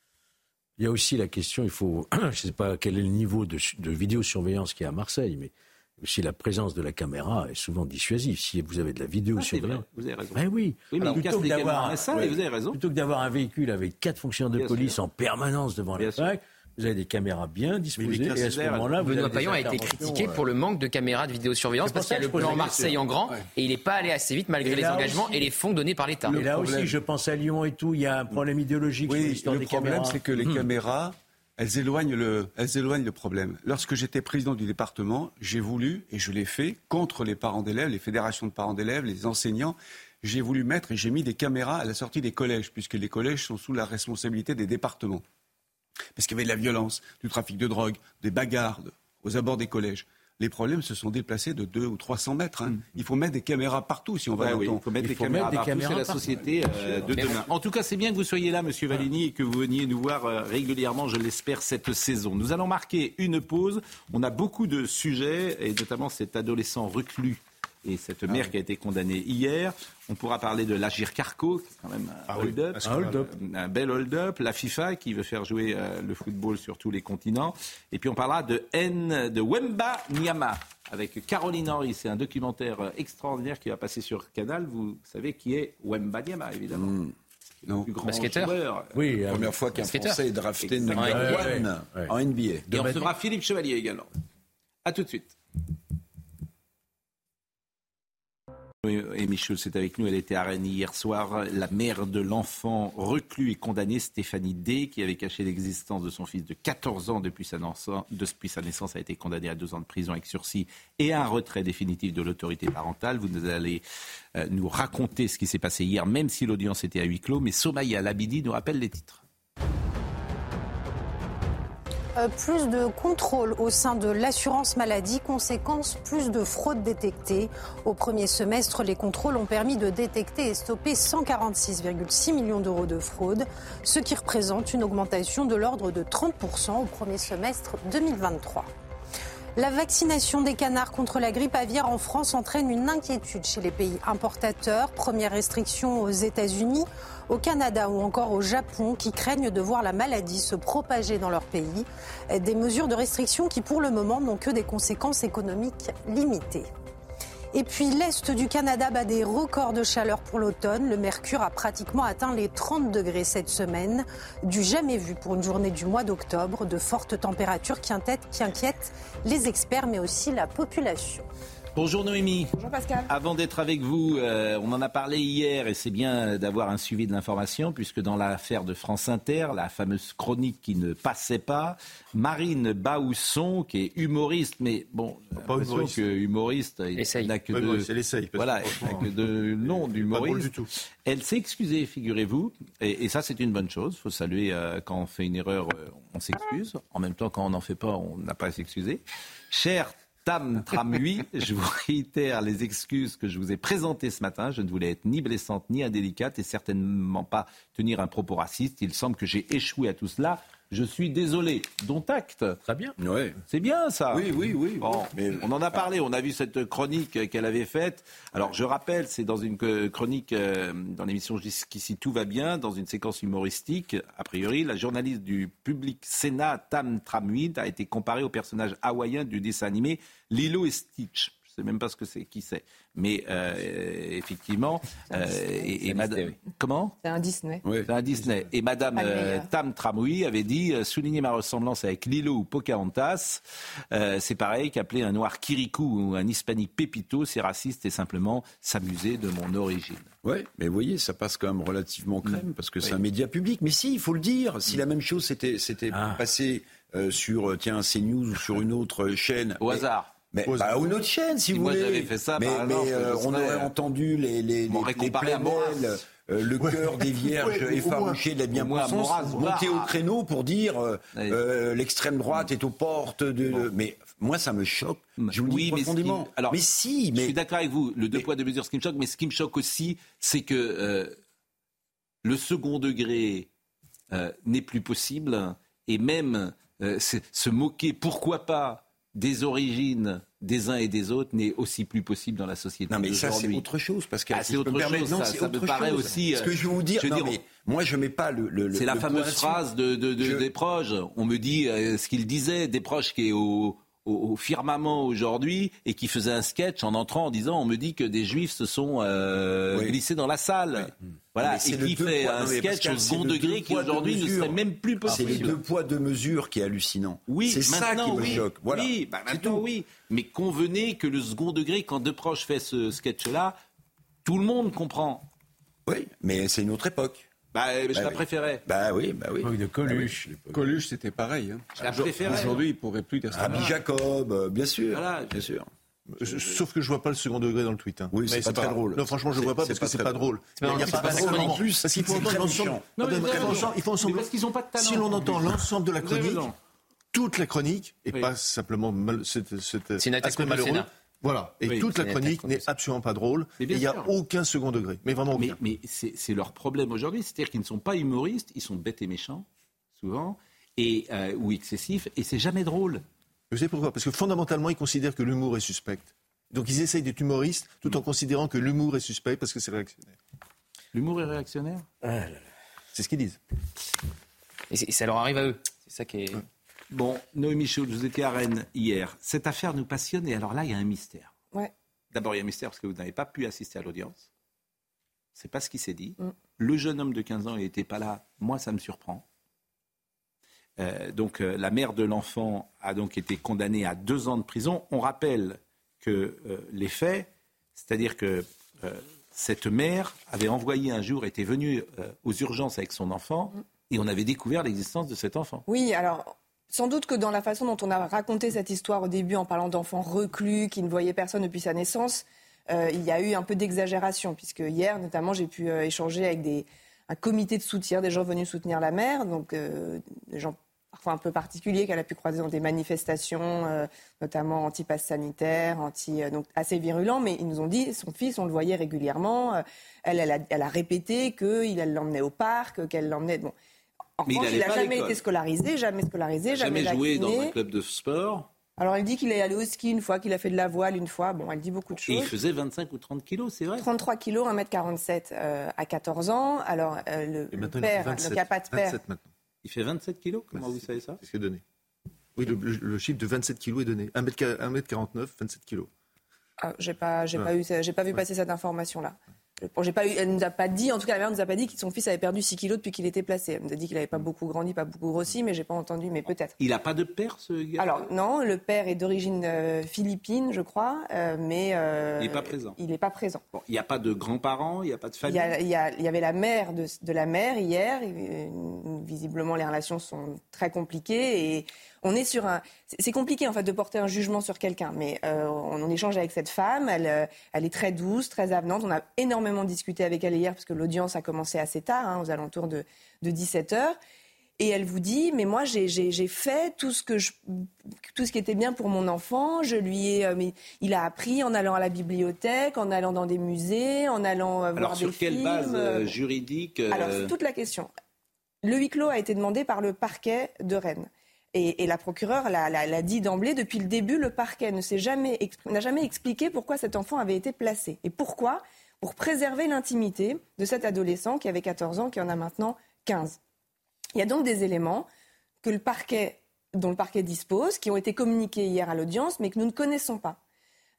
Il y a aussi la question, il faut, je ne sais pas quel est le niveau de, de vidéosurveillance qu'il y a à Marseille, mais aussi la présence de la caméra est souvent dissuasive. Si vous avez de la vidéosurveillance... Ah, vous avez raison. Ben oui. Oui, mais Alors, plutôt, que d'avoir, ça, ouais, vous avez raison. plutôt que d'avoir un véhicule avec quatre fonctionnaires de Bien police sûr. en permanence devant bien la fac, vous avez des caméras bien disposées et à ce moment-là, vous Benoît Payan a été critiqué pour le manque de caméras de vidéosurveillance parce qu'il y a le plan Marseille en grand ouais. et il n'est pas allé assez vite malgré les engagements aussi, et les fonds donnés par l'État. Et là problème... aussi, je pense à Lyon et tout, il y a un problème idéologique oui, sur l'histoire des caméras. Le problème, c'est que les mmh. caméras, elles éloignent, le, elles éloignent le problème. Lorsque j'étais président du département, j'ai voulu, et je l'ai fait, contre les parents d'élèves, les fédérations de parents d'élèves, les enseignants, j'ai voulu mettre et j'ai mis des caméras à la sortie des collèges, puisque les collèges sont sous la responsabilité des départements. Parce qu'il y avait de la violence, du trafic de drogue, des bagarres aux abords des collèges. Les problèmes se sont déplacés de deux ou trois cents mètres. Hein. Mmh. Il faut mettre des caméras partout si on va ouais, longtemps. Oui, il faut mettre il des faut caméras mettre partout, des caméras c'est la société euh, de demain. En tout cas, c'est bien que vous soyez là, Monsieur Valigny, et que vous veniez nous voir euh, régulièrement, je l'espère, cette saison. Nous allons marquer une pause. On a beaucoup de sujets, et notamment cet adolescent reclus et cette mère ah oui. qui a été condamnée hier. On pourra parler de l'Agir Carco, qui est quand même un ah hold-up, oui, un, hold-up. un bel hold-up. La FIFA qui veut faire jouer euh, le football sur tous les continents. Et puis on parlera de N, de Wemba Nyama avec Caroline Henry. C'est un documentaire extraordinaire qui va passer sur Canal. Vous savez qui est Wemba Nyama, évidemment. Mmh. Non. Le plus grand basketteur. Joueur. Oui, la première fois qu'un Français est drafté numéro un en N B A. Et on recevra Philippe Chevalier également. A tout de suite. Et Michel, c'est avec nous. Elle était à Rennes hier soir. La mère de l'enfant reclus et condamné, Stéphanie D, qui avait caché l'existence de son fils de quatorze ans depuis sa, naissance, depuis sa naissance, a été condamnée à deux ans de prison avec sursis et à un retrait définitif de l'autorité parentale. Vous nous allez euh, nous raconter ce qui s'est passé hier, même si l'audience était à huis clos. Mais Somaya Labidi nous rappelle les titres. Euh, plus de contrôle au sein de l'assurance maladie, conséquence, plus de fraude détectée. Au premier semestre, les contrôles ont permis de détecter et stopper cent quarante-six virgule six millions d'euros de fraude, ce qui représente une augmentation de l'ordre de trente pour cent au premier semestre deux mille vingt-trois. La vaccination des canards contre la grippe aviaire en France entraîne une inquiétude chez les pays importateurs. Première restriction aux États-Unis, au Canada ou encore au Japon qui craignent de voir la maladie se propager dans leur pays. Des mesures de restriction qui pour le moment n'ont que des conséquences économiques limitées. Et puis l'Est du Canada bat des records de chaleur pour l'automne. Le mercure a pratiquement atteint les trente degrés cette semaine. Du jamais vu pour une journée du mois d'octobre. De fortes températures qui inquiètent, qui inquiètent les experts mais aussi la population. Bonjour Noémie. Bonjour Pascal. Avant d'être avec vous, euh, on en a parlé hier et c'est bien d'avoir un suivi de l'information puisque dans l'affaire de France Inter, la fameuse chronique qui ne passait pas, Marine Baousson, qui est humoriste, mais bon, pas humoriste. Que humoriste, il n'a que ouais, deux, c'est l'essaye, voilà, il n'a que deux noms d'humoriste. Du tout. Elle s'est excusée, figurez-vous, et, et ça c'est une bonne chose. Il faut saluer euh, quand on fait une erreur, euh, on s'excuse. En même temps, quand on n'en fait pas, on n'a pas à s'excuser. Cher Tam Tramui, je vous réitère les excuses que je vous ai présentées ce matin. Je ne voulais être ni blessante ni indélicate et certainement pas tenir un propos raciste. Il semble que j'ai échoué à tout cela. Je suis désolé. Dont acte. Très bien. Ouais. C'est bien ça. Oui, oui, oui. Bon, mais on en a parlé. On a vu cette chronique qu'elle avait faite. Alors je rappelle, c'est dans une chronique euh, dans l'émission Jusqu'ici tout va bien, dans une séquence humoristique. A priori, la journaliste du Public Sénat, Tam Tramui, a été comparée au personnage hawaïen du dessin animé Lilo et Stitch. Je ne Je ne sais même pas ce que c'est, qui c'est. Mais euh, effectivement, euh, et, et madame, oui. comment C'est un Disney. Oui. C'est un Disney. Et Madame euh, Tam Tramouï avait dit euh, souligner ma ressemblance avec Lilo ou Pocahontas. Euh, c'est pareil qu'appeler un noir Kirikou ou un hispanique Pépito, c'est raciste et simplement s'amuser de mon origine. Oui, mais vous voyez, ça passe quand même relativement crème, parce que c'est oui. un média public. Mais si, il faut le dire, si la même chose s'était, s'était ah. passée euh, sur tiens, CNews ou sur une autre chaîne... Au hasard. Mais bah, ou une autre chaîne, si, si vous moi, voulez. J'avais fait ça, mais par mais exemple, euh, on aurait entendu les, les, les, les plénels, euh, le ouais. cœur des vierges ouais, effarouchées de la bien-pensance monter au créneau pour dire euh, oui. euh, l'extrême droite est aux portes de... Bon. Mais moi, ça me choque. Je vous le oui, dis profondément. Mais, qui, alors, mais si, mais... Je suis d'accord avec vous. Le deux mais... poids, deux mesures, ce qui me choque. Mais ce qui me choque aussi, c'est que euh, le second degré euh, n'est plus possible. Et même euh, se moquer, pourquoi pas, des origines des uns et des autres n'est aussi plus possible dans la société. Non mais ça c'est autre chose parce que ah, c'est autre chose. Non, ça, ça me paraît chose. aussi. Ce que je vais vous dire, je non, dire mais moi je mets pas le. le c'est le la fameuse phrase de, de, de je... des proches. On me dit euh, ce qu'il disait, des proches qui est au, au, au firmament aujourd'hui et qui faisait un sketch en entrant en disant on me dit que des juifs se sont euh, oui. glissés dans la salle. Oui. Voilà, et qui fait poids, un non, sketch au second degré qui aujourd'hui ne serait même plus possible. C'est les deux poids, deux mesures qui est hallucinant. Oui, c'est ça qui me oui, choque. Voilà. Oui, bah maintenant oui. Mais convenez que le second degré, quand Deproche fait ce sketch-là, tout le monde comprend. Oui, mais c'est une autre époque. Bah, je bah la oui. préférais. Bah oui, bah oui. De Coluche. Bah oui. Coluche, c'était pareil. Hein. Je la préférais. Aujourd'hui, il pourrait plus dire ça. Rabbi Jacob, euh, bien sûr. Voilà, bien sûr. Je, sauf que je vois pas le second degré dans le tweet. Hein. Oui, c'est, c'est pas, pas très drôle. Non, franchement, je le vois pas parce que c'est pas drôle. Il n'y a pas de plus. Parce qu'il faut entendre l'ensemble. Il faut ensemble. Parce qu'ils ont pas de talent. Si l'on entend l'ensemble de la chronique, toute la chronique, et pas simplement cet aspect malheureux. Voilà. Et toute la chronique n'est absolument pas drôle. Il n'y a aucun second degré. Mais vraiment aucun. Mais c'est leur problème aujourd'hui. C'est-à-dire qu'ils ne sont pas humoristes. Ils sont bêtes et méchants, souvent, ou excessifs. Et c'est jamais drôle. Vous savez pourquoi ? Parce que fondamentalement, ils considèrent que l'humour est suspect. Donc ils essayent d'être humoristes tout en considérant que l'humour est suspect parce que c'est réactionnaire. L'humour est réactionnaire ? Ah là là. C'est ce qu'ils disent. Et, et ça leur arrive à eux. C'est ça qui est... Ouais. Bon, Noémie Schultz, vous étiez à Rennes hier. Cette affaire nous passionne et alors là, il y a un mystère. Ouais. D'abord, il y a un mystère parce que vous n'avez pas pu assister à l'audience. C'est pas ce qui s'est dit. Mm. Le jeune homme de quinze ans n'était pas là. Moi, ça me surprend. Euh, donc euh, la mère de l'enfant a donc été condamnée à deux ans de prison. On rappelle que euh, les faits, c'est-à-dire que euh, cette mère avait envoyé un jour, était venue euh, aux urgences avec son enfant et on avait découvert l'existence de cet enfant. Oui, alors sans doute que dans la façon dont on a raconté cette histoire au début en parlant d'enfants reclus qui ne voyaient personne depuis sa naissance, euh, il y a eu un peu d'exagération puisque hier notamment j'ai pu euh, échanger avec des, un comité de soutien, des gens venus soutenir la mère, donc euh, des gens parfois un peu particuliers qu'elle a pu croiser dans des manifestations, euh, notamment anti-pass sanitaire, anti, euh, donc assez virulents, mais ils nous ont dit, son fils, on le voyait régulièrement, euh, elle, elle, a, elle a répété qu'elle l'emmenait au parc, qu'elle l'emmenait... Bon. En revanche, il n'a jamais été scolarisé, jamais scolarisé, jamais, jamais joué vacciné. Dans un club de sport. Alors elle dit qu'il est allé au ski une fois, qu'il a fait de la voile une fois, bon, elle dit beaucoup de choses. Et il faisait vingt-cinq ou trente kilos, c'est vrai. trente-trois kilos, un mètre quarante-sept euh, à quatorze ans, alors euh, le, le père, vingt-sept, donc il n'y a pas de père... vingt-sept maintenant. Il fait vingt-sept kilos, comment vous savez ça ? C'est ce qui est donné. Oui, le, le, le chiffre de vingt-sept kilos est donné. un mètre quarante-neuf, vingt-sept kilos. Ah, j'ai pas, j'ai ouais. pas, eu, j'ai pas vu ouais. passer cette information-là. Bon, j'ai pas eu, elle nous a pas dit, en tout cas la mère nous a pas dit que son fils avait perdu six kilos depuis qu'il était placé. Elle nous a dit qu'il avait pas beaucoup grandi, pas beaucoup grossi, mais j'ai pas entendu, mais peut-être. Il a pas de père, ce gars ? Alors non, le père est d'origine euh, philippine, je crois, euh, mais euh, il est pas présent. Il est pas présent. Bon, il n'y a pas de grands-parents, il n'y a pas de famille. Il y, a, il, y a, il y avait la mère de, de la mère hier. Et, visiblement, les relations sont très compliquées et on est sur un. C'est compliqué en fait de porter un jugement sur quelqu'un, mais euh, on, on échange avec cette femme. Elle, elle est très douce, très avenante. On a énormément discuté avec elle hier parce que l'audience a commencé assez tard, hein, aux alentours de, de dix-sept heures. Et elle vous dit, mais moi j'ai, j'ai, j'ai fait tout ce que je, tout ce qui était bien pour mon enfant. Je lui ai, euh, mais il a appris en allant à la bibliothèque, en allant dans des musées, en allant euh, voir Alors, des films. Alors sur quelle base euh, juridique euh... Alors c'est toute la question. Le huis clos a été demandé par le parquet de Rennes. Et, et la procureure l'a, l'a, l'a dit d'emblée, depuis le début, le parquet ne s'est jamais, n'a jamais expliqué pourquoi cet enfant avait été placé. Et pourquoi ? Pour préserver l'intimité de cet adolescent qui avait quatorze ans, qui en a maintenant quinze. Il y a donc des éléments que le parquet, dont le parquet dispose, qui ont été communiqués hier à l'audience, mais que nous ne connaissons pas.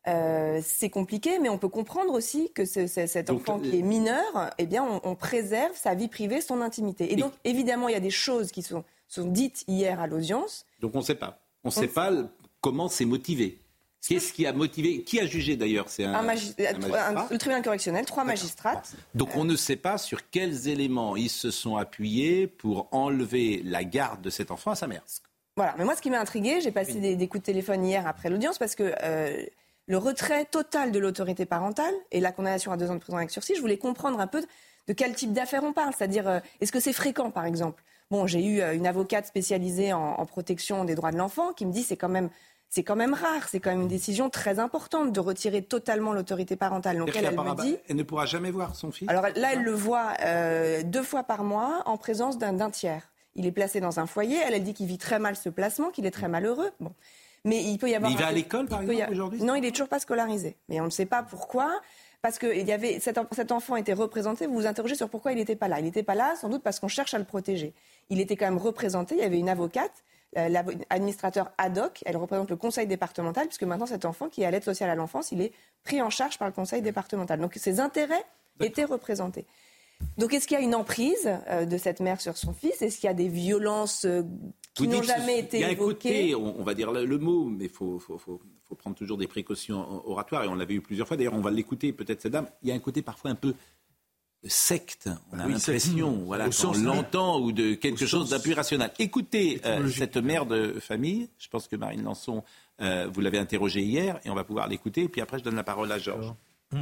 Euh, c'est compliqué, mais on peut comprendre aussi que ce, ce, cet donc, enfant qui est mineur, eh bien, on, on préserve sa vie privée, son intimité. Et donc, évidemment, il y a des choses qui sont, sont dites hier à l'audience. Donc, on ne sait pas. On ne sait pas comment c'est motivé. Qu'est-ce qui a motivé ? Qui a jugé d'ailleurs ? C'est un, un, magi- un magistrat. Le tribunal correctionnel, trois D'accord. magistrats. Donc, on ne sait pas sur quels éléments ils se sont appuyés pour enlever la garde de cet enfant à sa mère. Voilà. Mais moi, ce qui m'a intriguée, j'ai passé oui. des, des coups de téléphone hier après l'audience parce que. Euh, Le retrait total de l'autorité parentale et la condamnation à deux ans de prison avec sursis, je voulais comprendre un peu de, de quel type d'affaires on parle. C'est-à-dire, euh, est-ce que c'est fréquent, par exemple ? Bon, j'ai eu euh, une avocate spécialisée en, en protection des droits de l'enfant qui me dit c'est quand même, c'est quand même rare, c'est quand même une décision très importante de retirer totalement l'autorité parentale. Donc elle, elle me dit... Elle ne pourra jamais voir son fils ? Alors là, elle le voit euh, deux fois par mois en présence d'un, d'un tiers. Il est placé dans un foyer. Elle, elle dit qu'il vit très mal ce placement, qu'il est très malheureux. Bon. Mais il peut y avoir. Mais il va à l'école, par exemple, a... aujourd'hui ? Non, il n'est toujours pas scolarisé. Mais on ne sait pas pourquoi. Parce que il y avait, cet, cet enfant était représenté. Vous vous interrogez sur pourquoi il n'était pas là. Il n'était pas là, sans doute parce qu'on cherche à le protéger. Il était quand même représenté. Il y avait une avocate, euh, l'administrateur ad hoc. Elle représente le conseil départemental, puisque maintenant cet enfant qui est à l'aide sociale à l'enfance, il est pris en charge par le conseil départemental. Donc ses intérêts D'accord. étaient représentés. Donc est-ce qu'il y a une emprise euh, de cette mère sur son fils ? Est-ce qu'il y a des violences euh, qui n'ont jamais été évoquées ? Il y a un côté, on, on va dire le, le mot, mais il faut, faut, faut, faut prendre toujours des précautions oratoires, et on l'avait eu plusieurs fois. D'ailleurs, on va l'écouter, peut-être cette dame. Il y a un côté parfois un peu secte, on a oui, l'impression, mmh. voilà, quand on l'entend, ou de quelque chose sens... d'un peu irrationnel. Écoutez euh, cette mère de famille, je pense que Marine Lançon, euh, vous l'avez interrogée hier, et on va pouvoir l'écouter, et puis après je donne la parole à Georges. Mmh.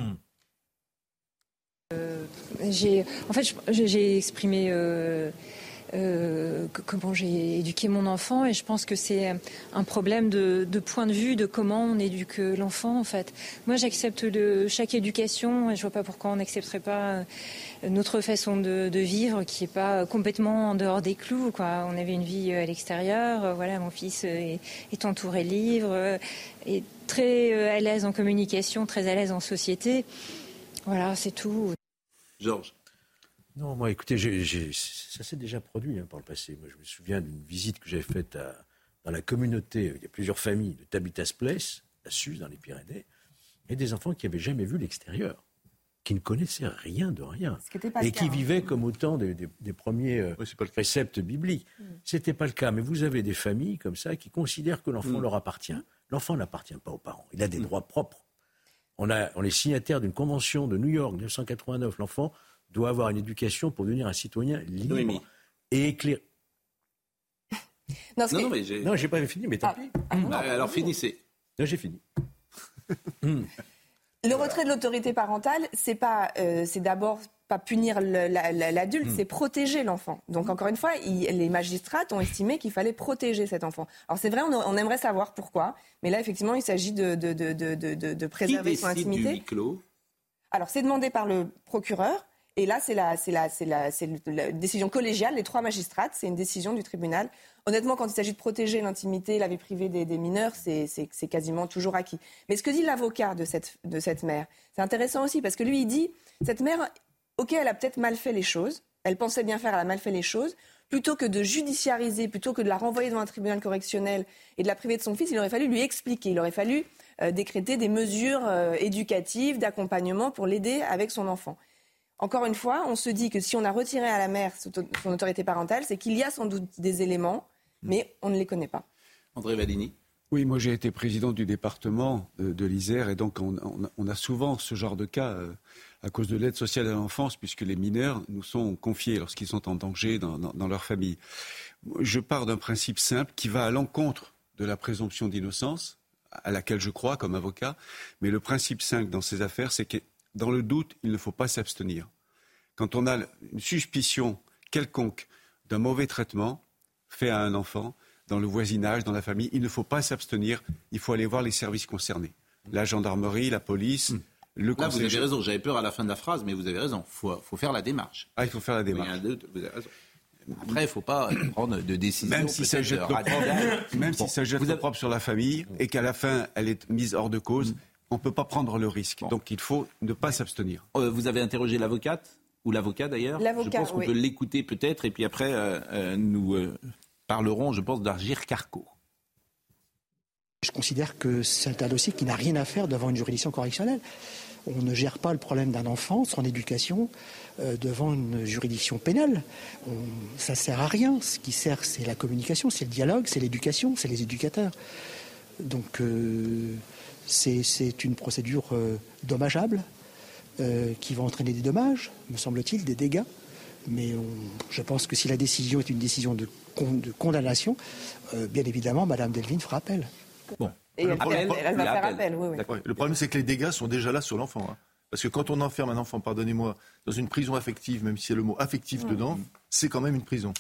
Euh, j'ai, en fait, j'ai exprimé euh, euh, comment j'ai éduqué mon enfant, et je pense que c'est un problème de, de point de vue de comment on éduque l'enfant. En fait, moi, j'accepte le, chaque éducation, et je vois pas pourquoi on n'accepterait pas notre façon de, de vivre, qui est pas complètement en dehors des clous, quoi. On avait une vie à l'extérieur. Voilà, mon fils est, est entouré de livres, est très à l'aise en communication, très à l'aise en société. Voilà, c'est tout. Georges. Non, moi, écoutez, j'ai, j'ai, ça s'est déjà produit hein, par le passé. Moi, je me souviens d'une visite que j'avais faite à, dans la communauté. Il y a plusieurs familles de Tabitas-Pless, à Suse, dans les Pyrénées, et des enfants qui n'avaient jamais vu l'extérieur, qui ne connaissaient rien de rien, et qui vivaient comme autant des, des, des premiers euh, oui, préceptes bibliques. Mm. Ce n'était pas le cas, mais vous avez des familles comme ça qui considèrent que l'enfant mm. leur appartient. L'enfant n'appartient pas aux parents. Il a des mm. droits propres. On, a, on est signataire d'une convention de New York, dix-neuf cent quatre-vingt-neuf. L'enfant doit avoir une éducation pour devenir un citoyen libre oui, mais... et éclairé. Non, non, non, mais j'ai... non, j'ai pas fini, mais tant ah. pis. Ah, non, alors finissez. Non, j'ai fini. Le retrait de l'autorité parentale, c'est pas, euh, c'est d'abord pas punir le, la, la, l'adulte, mmh. c'est protéger l'enfant. Donc encore une fois, il, les magistrats ont estimé qu'il fallait protéger cet enfant. Alors c'est vrai, on, on aimerait savoir pourquoi, mais là effectivement, il s'agit de, de, de, de, de, de préserver Qui son intimité. Du huis clos ? Alors c'est demandé par le procureur. Et là, c'est la, c'est, la, c'est, la, c'est la décision collégiale, les trois magistrates, c'est une décision du tribunal. Honnêtement, quand il s'agit de protéger l'intimité, la vie privée des, des mineurs, c'est, c'est, c'est quasiment toujours acquis. Mais ce que dit l'avocat de cette, de cette mère, c'est intéressant aussi, parce que lui, il dit, cette mère, ok, elle a peut-être mal fait les choses, elle pensait bien faire, elle a mal fait les choses, plutôt que de judiciariser, plutôt que de la renvoyer devant un tribunal correctionnel et de la priver de son fils, il aurait fallu lui expliquer, il aurait fallu euh, décréter des mesures euh, éducatives, d'accompagnement pour l'aider avec son enfant. Encore une fois, on se dit que si on a retiré à la mère son autorité parentale, c'est qu'il y a sans doute des éléments, mais on ne les connaît pas. André Vallini. Oui, moi j'ai été président du département de l'Isère, et donc on, on, on a souvent ce genre de cas euh, à cause de l'aide sociale à l'enfance, puisque les mineurs nous sont confiés lorsqu'ils sont en danger dans, dans, dans leur famille. Je pars d'un principe simple qui va à l'encontre de la présomption d'innocence, à laquelle je crois comme avocat, mais le principe simple dans ces affaires, c'est que dans le doute, il ne faut pas s'abstenir. Quand on a une suspicion quelconque d'un mauvais traitement fait à un enfant, dans le voisinage, dans la famille, il ne faut pas s'abstenir, il faut aller voir les services concernés. La gendarmerie, la police, mmh. le conseil... Là, vous avez raison, j'avais peur à la fin de la phrase, mais vous avez raison, il faut, faut faire la démarche. Ah, il faut faire la démarche. Oui, deux, vous avez raison. Après, il ne faut pas prendre de décision. Même si ça jette l'opprobre, même si ça jette l'opprobre sur la famille, et qu'à la fin, elle est mise hors de cause... Mmh. On ne peut pas prendre le risque. Bon. Donc il faut ne pas s'abstenir. Euh, vous avez interrogé l'avocate, ou l'avocat d'ailleurs. L'avocat, je pense qu'on oui. peut l'écouter peut-être, et puis après euh, euh, nous euh, parlerons, je pense, d'Argir Carco. Je considère que c'est un dossier qui n'a rien à faire devant une juridiction correctionnelle. On ne gère pas le problème d'un enfant, son éducation, euh, devant une juridiction pénale. On, ça ne sert à rien. Ce qui sert, c'est la communication, c'est le dialogue, c'est l'éducation, c'est les éducateurs. Donc euh, c'est, c'est une procédure euh, dommageable euh, qui va entraîner des dommages, me semble-t-il, des dégâts. Mais on, je pense que si la décision est une décision de, con, de condamnation, euh, bien évidemment, Mme Delvin fera appel. Bon. Et elle, elle, elle va faire appel, oui, oui. Le problème, c'est que les dégâts sont déjà là sur l'enfant. Hein. Parce que quand on enferme un enfant, pardonnez-moi, dans une prison affective, même s'il y a le mot affectif mmh. dedans, c'est quand même une prison.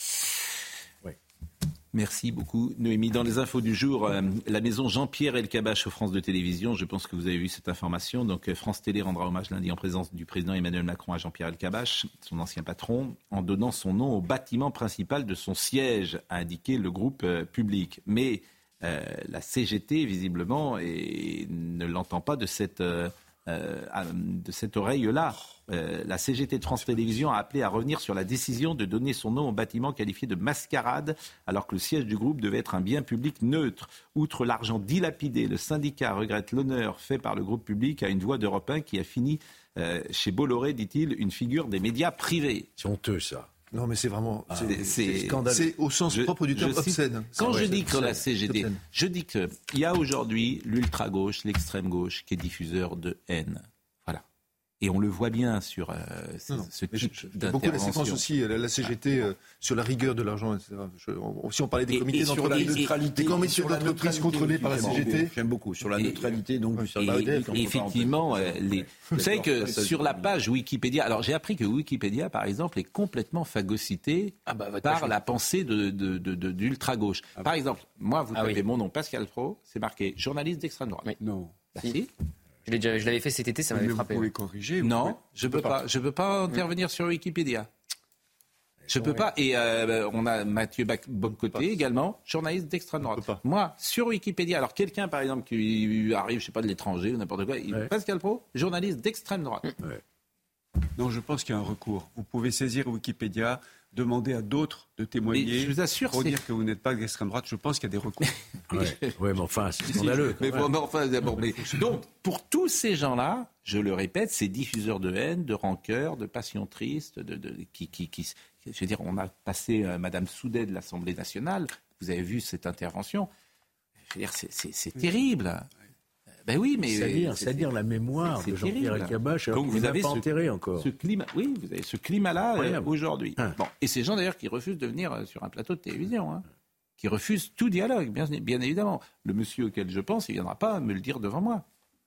Oui. Merci beaucoup, Noémie. Dans les infos du jour, euh, la maison Jean-Pierre Elkabbach aux France de Télévisions, je pense que vous avez vu cette information. Donc, France Télé rendra hommage lundi en présence du président Emmanuel Macron à Jean-Pierre Elkabbach, son ancien patron, en donnant son nom au bâtiment principal de son siège, a indiqué le groupe euh, public. Mais Euh, la C G T, visiblement, et ne l'entend pas de cette, euh, euh, de cette oreille-là. Euh, la C G T de France Télévisions a appelé à revenir sur la décision de donner son nom au bâtiment qualifié de mascarade, alors que le siège du groupe devait être un bien public neutre. Outre l'argent dilapidé, le syndicat regrette l'honneur fait par le groupe public à une voix d'Europe un qui a fini euh, chez Bolloré, dit-il, une figure des médias privés. C'est honteux, ça. Non, mais c'est vraiment ah, c'est, c'est, scandaleux. C'est au sens je, propre du terme obscène. Quand ouais, je dis que obscène, la C G T, je dis qu'il y a aujourd'hui l'ultra-gauche, l'extrême-gauche qui est diffuseur de haine. Voilà. Et on le voit bien sur euh, non, non, ce type je, d'intervention. Beaucoup la séquence aussi, la, la C G T, euh, sur la rigueur de l'argent, et cetera. Je, on, si on parlait des comités d'entreprise, des comités d'entreprise contrôlés par la C G T. J'aime beaucoup. Sur la neutralité, donc, du service public. Et effectivement, euh, les, vous savez que sur la page Wikipédia, alors j'ai appris que Wikipédia, par exemple, est complètement phagocyté ah bah, par la pensée de, de, de, de, d'ultra-gauche. Ah par exemple, moi, vous avez ah oui. mon nom, Pascal Pro, c'est marqué journaliste d'extrême droite. Oui. Non. Bah, si. Je, l'ai déjà, je l'avais fait cet été, ça m'avait mais frappé. Vous pouvez corriger. Vous non, pouvez... je ne peux pas. Je peux pas intervenir sur Wikipédia. Je ne peux pas. Et euh, on a Mathieu Bocoté également, journaliste d'extrême droite. Moi, sur Wikipédia, alors quelqu'un, par exemple, qui arrive, je ne sais pas, de l'étranger ou n'importe quoi, ouais. Pascal Pro, journaliste d'extrême droite. Ouais. Non, je pense qu'il y a un recours. Vous pouvez saisir Wikipédia, demander à d'autres de témoigner, je vous assure, pour c'est... dire que vous n'êtes pas d'extrême droite. Je pense qu'il y a des recours. Oui, ouais, mais enfin, c'est scandaleux. mais, mais enfin, d'abord, mais... Donc, pour tous ces gens-là, je le répète, ces diffuseurs de haine, de rancœur, de passion triste, de, de, qui, qui, qui, je veux dire, on a passé euh, Madame Soudet de l'Assemblée nationale. Vous avez vu cette intervention. Je veux dire, c'est, c'est, c'est terrible. Ben oui, mais c'est-à-dire, c'est, c'est-à-dire la mémoire c'est, c'est de Jean-Pierre Elkabbach, alors vous n'avez pas ce, enterré encore. Ce climat, oui, vous avez ce climat-là euh, aujourd'hui. Hein. Bon, et ces gens d'ailleurs qui refusent de venir euh, sur un plateau de télévision, hein, qui refusent tout dialogue, bien, bien évidemment. Le monsieur auquel je pense, il ne viendra pas me le dire devant moi.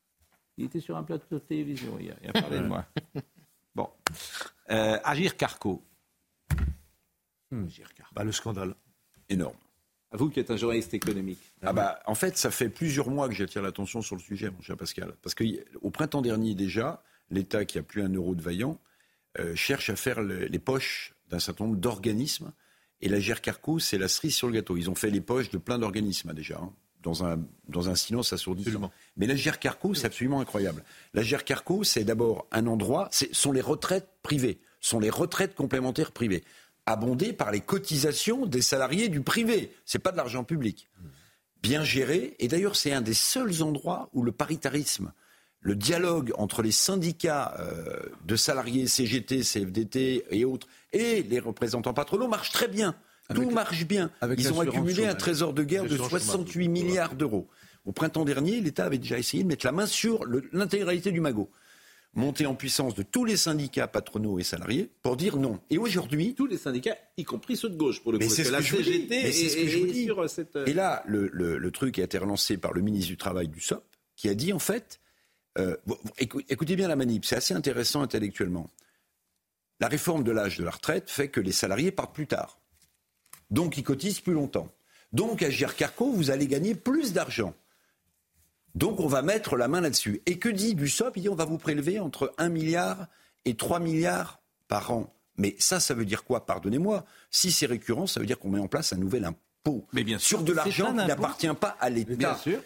Il était sur un plateau de télévision, il a, il a parlé de moi. Bon, euh, Agir Carco. Hmm. Agir Carco. Bah, le scandale énorme. Vous qui êtes un journaliste économique. Ah bah, en fait, ça fait plusieurs mois que j'attire l'attention sur le sujet, mon cher Pascal. Parce qu'au printemps dernier déjà, l'État, qui a plus un euro de vaillant, euh, cherche à faire le, les poches d'un certain nombre d'organismes. Et l'Agir Carco, c'est la cerise sur le gâteau. Ils ont fait les poches de plein d'organismes déjà, hein, dans, un, dans un silence assourdissant. Mais l'Agir Carco, c'est absolument incroyable. L'Agir Carco, c'est d'abord un endroit, ce sont les retraites privées, sont les retraites complémentaires privées, abondé par les cotisations des salariés du privé. C'est pas de l'argent public. Bien géré. Et d'ailleurs, c'est un des seuls endroits où le paritarisme, le dialogue entre les syndicats euh, de salariés, C G T, C F D T et autres, et les représentants patronaux marche très bien. Avec, Tout marche bien. Ils ont accumulé un trésor de guerre de soixante-huit milliards d'euros. Au printemps dernier, l'État avait déjà essayé de mettre la main sur le, l'intégralité du magot. Montée en puissance de tous les syndicats patronaux et salariés pour dire non. Et aujourd'hui... Tous les syndicats, y compris ceux de gauche, pour le coup. Mais c'est ce la que C G T mais c'est ce que je vous dis. Sur cette... Et là, le, le, le truc a été relancé par le ministre du Travail du S O P, qui a dit, en fait... Euh, écoutez bien la manip, c'est assez intéressant intellectuellement. La réforme de l'âge de la retraite fait que les salariés partent plus tard. Donc, ils cotisent plus longtemps. Donc, à Agir Carco, vous allez gagner plus d'argent. Donc on va mettre la main là-dessus. Et que dit du S O P ? Il dit on va vous prélever entre un milliard et trois milliards par an. Mais ça, ça veut dire quoi ? Pardonnez-moi. Si c'est récurrent, ça veut dire qu'on met en place un nouvel impôt. Mais bien sûr, sur de l'argent qui n'appartient pas à l'État. Bien sûr.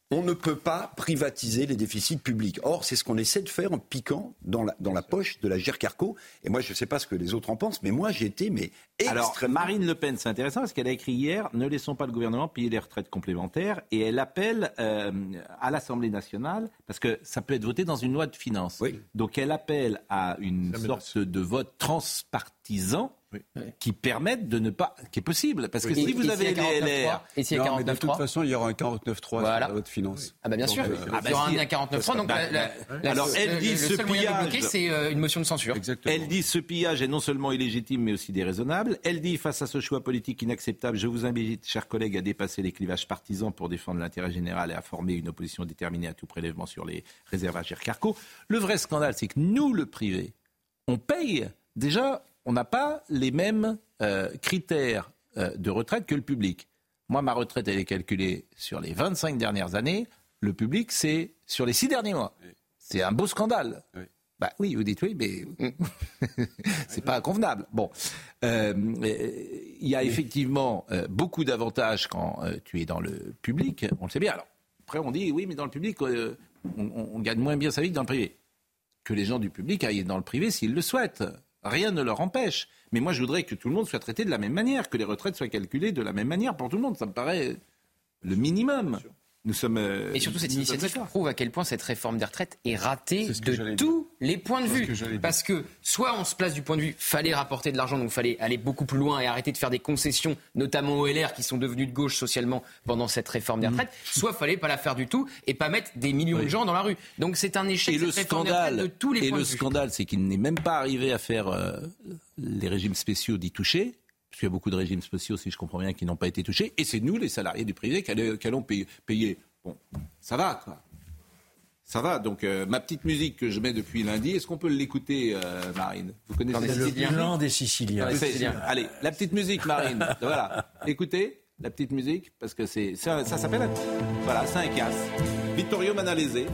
On ne peut pas privatiser les déficits publics. Or, c'est ce qu'on essaie de faire en piquant dans la, dans la poche de l'Agirc Arrco. Et moi, je ne sais pas ce que les autres en pensent, mais moi, j'ai été mais Alors, extrêmement... Marine Le Pen, c'est intéressant parce qu'elle a écrit hier « Ne laissons pas le gouvernement payer les retraites complémentaires » et elle appelle euh, à l'Assemblée nationale, parce que ça peut être voté dans une loi de finances. Oui. Donc, elle appelle à une Ça sorte de vote transpartisan Oui. qui permette de ne pas... qui est possible. Parce que Oui. si Et- vous et avez s'il y a les quarante-neuf L R... trois, Et s'il y a Non, mais de quarante-neuf toute trois façon, il y aura un quarante-neuf trois Voilà. sur la loi de finances. Ah bah bien sûr, Donc, il euh, y aura un quarante-neuf trois, donc la, la, la, Alors, elle le, dit le ce seul moyen de pillage- bloquer, c'est euh, une motion de censure. Exactement. Elle dit ce pillage est non seulement illégitime mais aussi déraisonnable. Elle dit face à ce choix politique inacceptable, je vous invite, chers collègues, à dépasser les clivages partisans pour défendre l'intérêt général et à former une opposition déterminée à tout prélèvement sur les réserves Agirc Arrco. Le vrai scandale, c'est que nous, le privé, on paye. Déjà, on n'a pas les mêmes euh, critères euh, de retraite que le public. Moi, ma retraite, elle est calculée sur les vingt-cinq dernières années. Le public, c'est sur les six derniers mois. C'est un beau scandale. Oui. Bah oui, vous dites oui, mais c'est pas convenable. Bon, euh, il y a effectivement euh, beaucoup d'avantages quand euh, tu es dans le public, on le sait bien. Alors, après, on dit oui, mais dans le public, euh, on, on gagne moins bien sa vie que dans le privé. Que les gens du public aillent dans le privé s'ils le souhaitent. Rien ne leur empêche. Mais moi, je voudrais que tout le monde soit traité de la même manière, que les retraites soient calculées de la même manière pour tout le monde. Ça me paraît le minimum. Nous sommes, euh, Et surtout, cette nous initiative sommes prouve à quel point cette réforme des retraites est ratée C'est ce que de j'allais tous les points de C'est ce vue. que j'allais dire. Parce que soit on se place du point de vue, fallait rapporter de l'argent, donc fallait aller beaucoup plus loin et arrêter de faire des concessions, notamment aux L R qui sont devenus de gauche socialement pendant cette réforme des retraites, mmh. soit fallait pas la faire du tout et pas mettre des millions oui. de gens dans la rue. Donc c'est un échec et cette le réforme scandale, des retraites de tous les et points le de vue. scandale, c'est qu'il n'est même pas arrivé à faire euh, les régimes spéciaux d'y toucher. Parce qu'il y a beaucoup de régimes spéciaux, si je comprends bien, qui n'ont pas été touchés. Et c'est nous, les salariés du privé, qui allons, qui allons payer, payer. Bon, ça va, quoi. Ça va. Donc, euh, ma petite musique que je mets depuis lundi, est-ce qu'on peut l'écouter, euh, Marine? Vous connaissez le bilan des Siciliens. Ouais, c'est, allez, la petite musique, Marine. Voilà. Écoutez, la petite musique, parce que c'est, ça, ça s'appelle un, voilà, c'est un casse. Vittorio Manalese.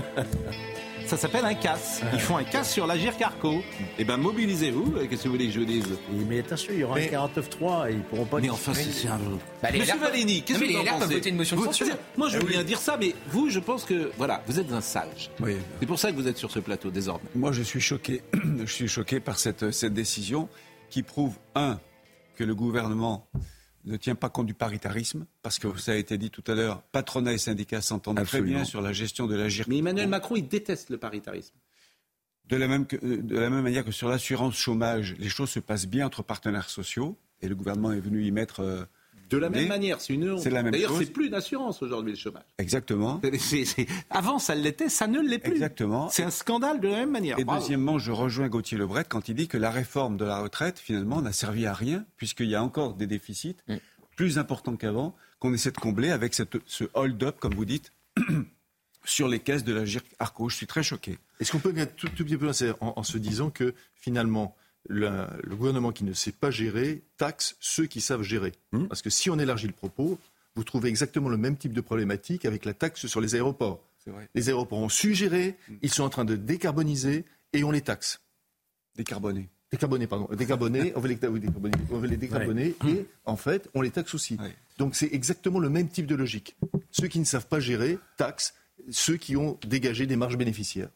Ça s'appelle un casse. Ils font un casse sur l'Agirc Arrco. Eh bien, mobilisez-vous. Qu'est-ce que vous voulez que je vous dise? Mais attention, il y aura mais... un quarante-neuf trois et ils pourront pas... Mais enfin, c'est, c'est un... Bah, Monsieur Valény, qu'est-ce que vous en pensez? peuvent voter une motion de censure. Moi, je veux eh bien oui. dire ça, mais vous, je pense que... Voilà, vous êtes un sage. Oui. C'est pour ça que vous êtes sur ce plateau, désormais. Moi, je suis choqué. Je suis choqué par cette, cette décision qui prouve, un, que le gouvernement ne tient pas compte du paritarisme, parce que ça a été dit tout à l'heure, patronat et syndicats s'entendent Absolument. très bien sur la gestion de l'Agirc. Mais Emmanuel Macron, il déteste le paritarisme. De la, même que, de la même manière que sur l'assurance chômage, les choses se passent bien entre partenaires sociaux, et le gouvernement est venu y mettre... Euh, de la même manière, c'est une honte. C'est la même D'ailleurs, chose. c'est plus d'assurance aujourd'hui, le chômage. Exactement. C'est, c'est... Avant, ça l'était, ça ne l'est plus. Exactement. C'est un scandale de la même manière. Et Bravo. deuxièmement, je rejoins Gauthier Lebret quand il dit que la réforme de la retraite, finalement, n'a servi à rien, puisqu'il y a encore des déficits mm. plus importants qu'avant, qu'on essaie de combler avec cette, ce hold-up, comme vous dites, sur les caisses de l'Agirc Arrco. Je suis très choqué. Est-ce qu'on peut bien tout, tout petit peu en, en se disant que finalement le, le gouvernement qui ne sait pas gérer taxe ceux qui savent gérer? mmh. Parce que si on élargit le propos, vous trouvez exactement le même type de problématique avec la taxe sur les aéroports. C'est vrai. Les aéroports ont su gérer, mmh. ils sont en train de décarboniser et on les taxe. Décarboner. Décarboner, pardon. Décarboner, on veut les décarboner, on veut les décarboner ouais. et en fait, on les taxe aussi. Ouais. Donc c'est exactement le même type de logique. Ceux qui ne savent pas gérer taxent ceux qui ont dégagé des marges bénéficiaires.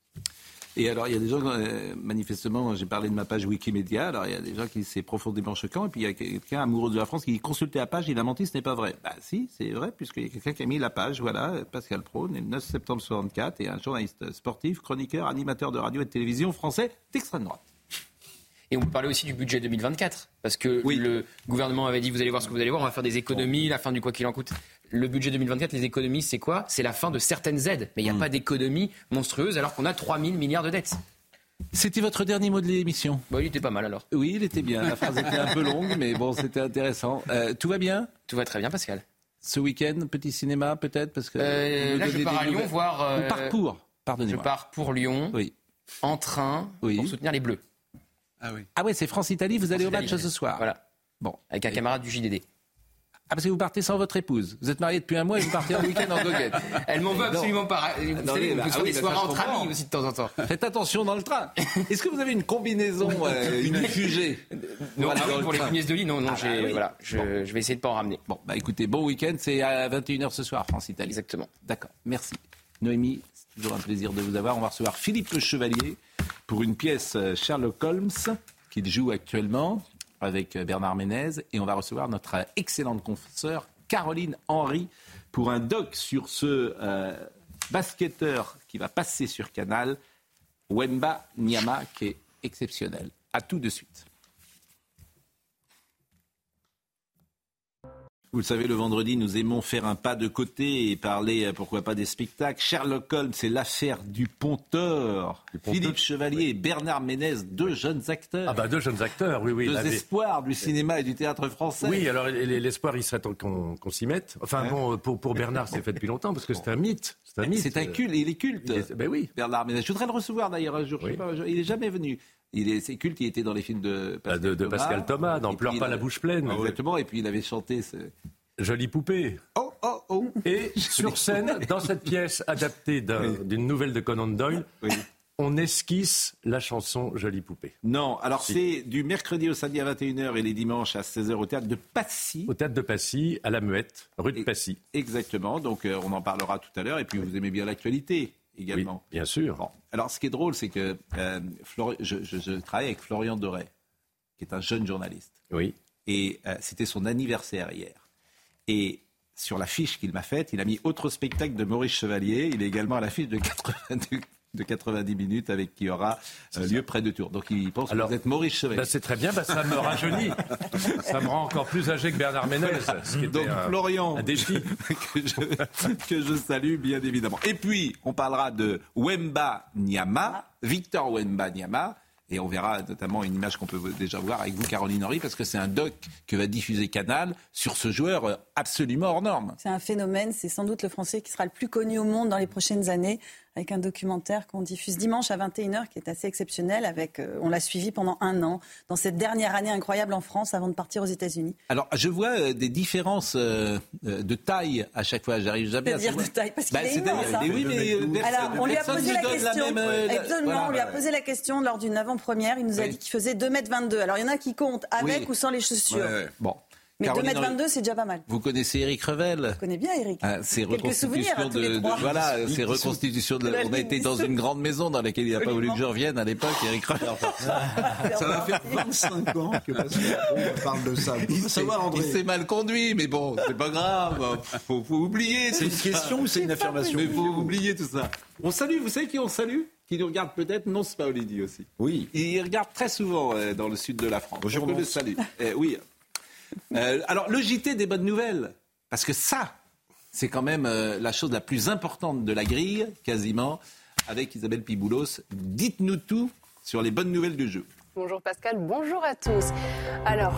Et alors, il y a des gens, euh, manifestement, j'ai parlé de ma page Wikimedia, alors il y a des gens qui c'est profondément choquant, et puis il y a quelqu'un amoureux de la France qui dit consultez la page, il a menti, ce n'est pas vrai. Bah si, c'est vrai, puisqu'il y a quelqu'un qui a mis la page, voilà, Pascal Pro, né le neuf septembre soixante-quatre, et un journaliste sportif, chroniqueur, animateur de radio et de télévision français d'extrême droite. Et on peut parler aussi du budget deux mille vingt-quatre, parce que oui. le gouvernement avait dit, vous allez voir ce que vous allez voir, on va faire des économies, la fin du quoi qu'il en coûte. Le budget deux mille vingt-quatre, les économies, c'est quoi? C'est la fin de certaines aides. Mais il n'y a mmh. pas d'économie monstrueuse alors qu'on a trois mille milliards de dettes. C'était votre dernier mot de l'émission? Bon, il était pas mal alors. Oui, il était bien. La phrase était un peu longue, mais bon, c'était intéressant. Euh, tout va bien? Tout va très bien, Pascal. Ce week-end, petit cinéma peut-être parce que euh, Là, je pars à Lyon nouvelles... voir... Euh, On part pour, pardonnez-moi. Je pars pour Lyon, oui. en train, oui. pour soutenir les Bleus. Ah oui. Ah ouais, c'est France-Italie, vous allez France-Italie. Au match ce soir. Voilà. Bon. Avec un et... camarade du J D D. Ah, parce que vous partez sans votre épouse. Vous êtes mariés depuis un mois et vous partez en week-end en goguette. Elle m'en veut absolument pas. Vous non, savez, mais, vous bah, faites des oui, soirées bah, entre comprends. amis aussi de temps en temps. Faites attention dans le train. Est-ce que vous avez une combinaison, euh, une fugée Non, voilà, ah oui, pour les train. punaises de lit, non, non, Ah, j'ai, bah, oui. voilà, je, Bon. je vais essayer de pas en ramener. Bon, bah écoutez, bon week-end, c'est à vingt et une heures ce soir, France-Italie. Exactement. D'accord, merci. Noémie, c'est toujours un plaisir de vous avoir. On va recevoir Philippe Le Chevalier pour une pièce Sherlock Holmes qu'il joue actuellement avec Bernard Ménez. Et on va recevoir notre excellente consoeur Caroline Henry pour un doc sur ce euh, basketteur qui va passer sur Canal, Wemba Nyama, qui est exceptionnel. À tout de suite. Vous le savez, le vendredi, nous aimons faire un pas de côté et parler, pourquoi pas, des spectacles. Sherlock Holmes, c'est l'affaire du Ponteur. Du Ponteur. Philippe Chevalier oui. et Bernard Ménez, deux jeunes acteurs. Ah bah deux jeunes acteurs, oui, oui. Deux avait... espoirs du cinéma et du théâtre français. Oui, alors l'espoir, il serait temps qu'on, qu'on s'y mette. Enfin ouais. bon, pour, pour Bernard, c'est fait depuis longtemps parce que c'est un mythe. C'est un mythe. C'est un culte, il est culte. Il est... Ben oui. Bernard Ménez. Je voudrais le recevoir d'ailleurs un jour. Oui. Je sais pas, il n'est jamais venu. Il est, c'est culte, il était dans les films de Pascal de, de Thomas. Pascal Thomas, dans Pleure pas la bouche pleine. Exactement, et puis il avait chanté ce... Jolie poupée. Oh, oh, oh. Et sur scène, dans cette pièce adaptée d'un, oui. d'une nouvelle de Conan Doyle, oui. on esquisse la chanson Jolie poupée. Non, alors si. C'est du mercredi au samedi à vingt et une heures et les dimanches à seize heures au théâtre de Passy. Au théâtre de Passy, à la Muette, rue de Passy. Exactement, donc euh, on en parlera tout à l'heure. Et puis vous aimez bien l'actualité également. Oui, bien sûr. Bon. Alors ce qui est drôle, c'est que euh, Flori... je, je, je travaille avec Florian Doré, qui est un jeune journaliste. Oui. Et euh, c'était son anniversaire hier. Et sur la fiche qu'il m'a faite, il a mis autre spectacle de Maurice Chevalier. Il est également à la fiche de, quatre-vingt-dix, de quatre-vingt-dix minutes avec qui aura euh, lieu près de Tours. Donc il pense Alors, que vous êtes Maurice Chevalier. Bah c'est très bien, bah ça me rajeunit. Ça me rend encore plus âgé que Bernard Ménez. Ce qui Donc un, Florian, un défi. que, je, que je salue bien évidemment. Et puis on parlera de Wemba Nyama, Victor Wemba Nyama. Et on verra notamment une image qu'on peut déjà voir avec vous, Caroline Henry, parce que c'est un doc que va diffuser Canal sur ce joueur absolument hors norme. C'est un phénomène, c'est sans doute le Français qui sera le plus connu au monde dans les prochaines années, avec un documentaire qu'on diffuse dimanche à vingt et une heures, qui est assez exceptionnel. Avec, euh, on l'a suivi pendant un an, dans cette dernière année incroyable en France, avant de partir aux États-Unis. Alors, je vois euh, des différences euh, de taille à chaque fois. J'arrive jamais à dire de taille, parce qu'il bah, est immense. Mais oui, mais personne, Alors, on lui a posé la question. La même, euh, Absolument, voilà. On lui a posé la question lors d'une avant-première. Il nous a oui. dit qu'il faisait deux mètres vingt-deux. Alors, il y en a qui comptent avec oui. ou sans les chaussures. Ouais, ouais. Bon. Mais Caroline deux mètres vingt-deux, c'est déjà pas mal. Vous connaissez Éric Revel ? Je connais bien Éric. Ah, c'est reconstitutions de, de, de voilà, c'est reconstitutions de. On a été dans une grande maison dans laquelle il n'a pas voulu que je revienne à l'époque, Éric Revel. Ça va faire vingt-cinq ans que Pascal parle de ça. Il s'est, savoir, André. Il s'est mal conduit, mais bon, c'est pas grave. Faut, faut oublier. C'est une ça. question ou c'est une affirmation ? Mais faut oublier tout ça. On salue. Vous savez qui on salue ? Qui nous regarde peut-être, non, c'est pas Olivier aussi. Oui. Il regarde très souvent euh, dans le sud de la France. Bonjour, on le salue. Eh, oui. Euh, alors, le J T des bonnes nouvelles, parce que ça, c'est quand même euh, la chose la plus importante de la grille, quasiment, avec Isabelle Piboulos. Dites-nous tout sur les bonnes nouvelles du jeu. Bonjour Pascal, bonjour à tous. Alors...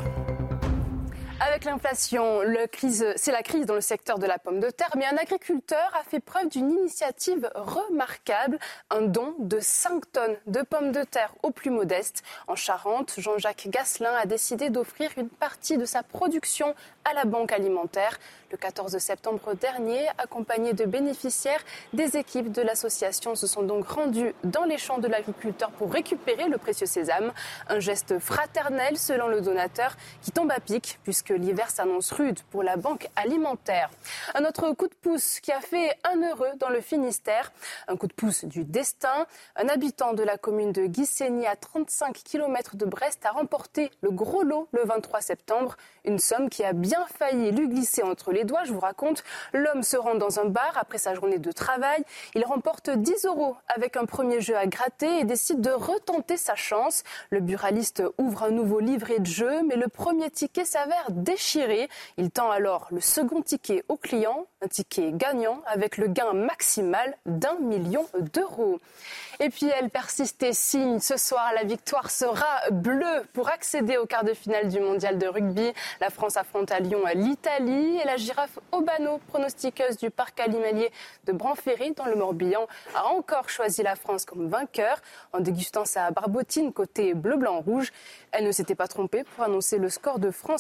Avec l'inflation, le crise, c'est la crise dans le secteur de la pomme de terre, mais un agriculteur a fait preuve d'une initiative remarquable, un don de cinq tonnes de pommes de terre aux plus modestes. En Charente, Jean-Jacques Gasselin a décidé d'offrir une partie de sa production à la Banque alimentaire. Le quatorze septembre dernier, accompagné de bénéficiaires, des équipes de l'association se sont donc rendues dans les champs de l'agriculteur pour récupérer le précieux sésame. Un geste fraternel selon le donateur qui tombe à pic puisque l'hiver s'annonce rude pour la Banque alimentaire. Un autre coup de pouce qui a fait un heureux dans le Finistère. Un coup de pouce du destin. Un habitant de la commune de Guissény à trente-cinq kilomètres de Brest a remporté le gros lot le vingt-trois septembre. Une somme qui a bien failli lui glisser entre les doigts, je vous raconte. L'homme se rend dans un bar après sa journée de travail. Il remporte dix euros avec un premier jeu à gratter et décide de retenter sa chance. Le buraliste ouvre un nouveau livret de jeu, mais le premier ticket s'avère déchiré. Il tend alors le second ticket au client, un ticket gagnant avec le gain maximal d'un million d'euros. Et puis elle persiste et signe. Ce soir, la victoire sera bleue pour accéder au quart de finale du mondial de rugby. La France affronte à Lyon l'Italie et la girafe Obano, pronostiqueuse du parc animalier de Branferry dans le Morbihan, a encore choisi la France comme vainqueur en dégustant sa barbotine côté bleu, blanc, rouge. Elle ne s'était pas trompée pour annoncer le score de France-Namibie.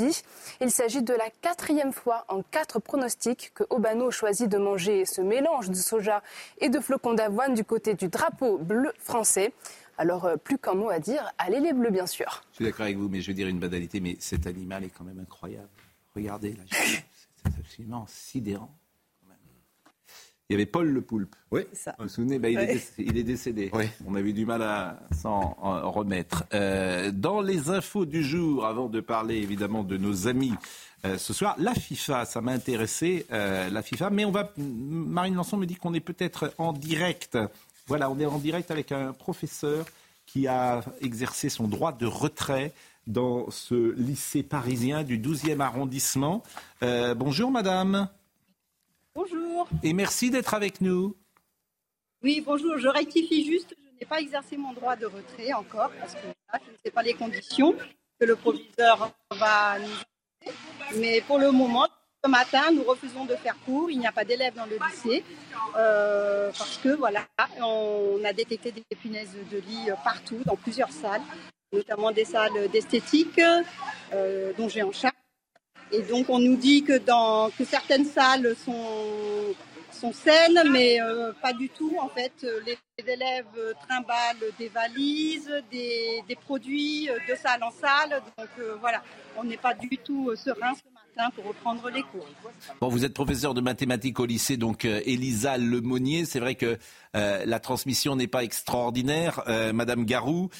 samedi. Il s'agit de la quatrième fois en quatre pronostics que Obano choisit de manger ce mélange de soja et de flocons d'avoine du côté du drapeau bleu français. Alors, plus qu'un mot à dire, allez les bleus, bien sûr. Je suis d'accord avec vous, mais je vais dire une banalité, mais cet animal est quand même incroyable. Regardez, là, c'est absolument sidérant. Quand même. Il y avait Paul le poulpe. Oui. Vous vous souvenez, bah, il, ouais. est décédé, il est décédé. Oui. On avait du mal à s'en remettre. Euh, dans les infos du jour, avant de parler évidemment de nos amis euh, ce soir, la FIFA, ça m'a intéressé, euh, la FIFA, mais on va. Marine Lançon me dit qu'on est peut-être en direct. Voilà, on est en direct avec un professeur qui a exercé son droit de retrait dans ce lycée parisien du douzième arrondissement. Euh, bonjour madame. Bonjour. Et merci d'être avec nous. Oui, bonjour. Je rectifie juste, je n'ai pas exercé mon droit de retrait encore parce que là, je ne sais pas les conditions que le proviseur va nous donner. Mais pour le moment, ce matin, nous refusons de faire cours. Il n'y a pas d'élèves dans le lycée euh, parce que voilà, on a détecté des punaises de lit partout, dans plusieurs salles, notamment des salles d'esthétique euh, dont j'ai en charge. Et donc, on nous dit que, dans, que certaines salles sont, sont saines, mais euh, pas du tout. En fait, les, les élèves trimballent des valises, des, des produits de salle en salle. Donc, euh, voilà, on n'est pas du tout serein ce matin pour reprendre les cours. Bon, vous êtes professeur de mathématiques au lycée, donc euh, Elisa Lemonnier. C'est vrai que euh, la transmission n'est pas extraordinaire. Euh, Madame Garou,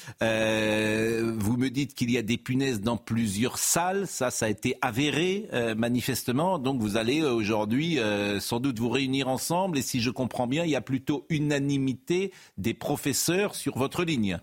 euh, vous me dites qu'il y a des punaises dans plusieurs salles. Ça, ça a été avéré euh, manifestement. Donc vous allez euh, aujourd'hui euh, sans doute vous réunir ensemble. Et si je comprends bien, il y a plutôt unanimité des professeurs sur votre ligne.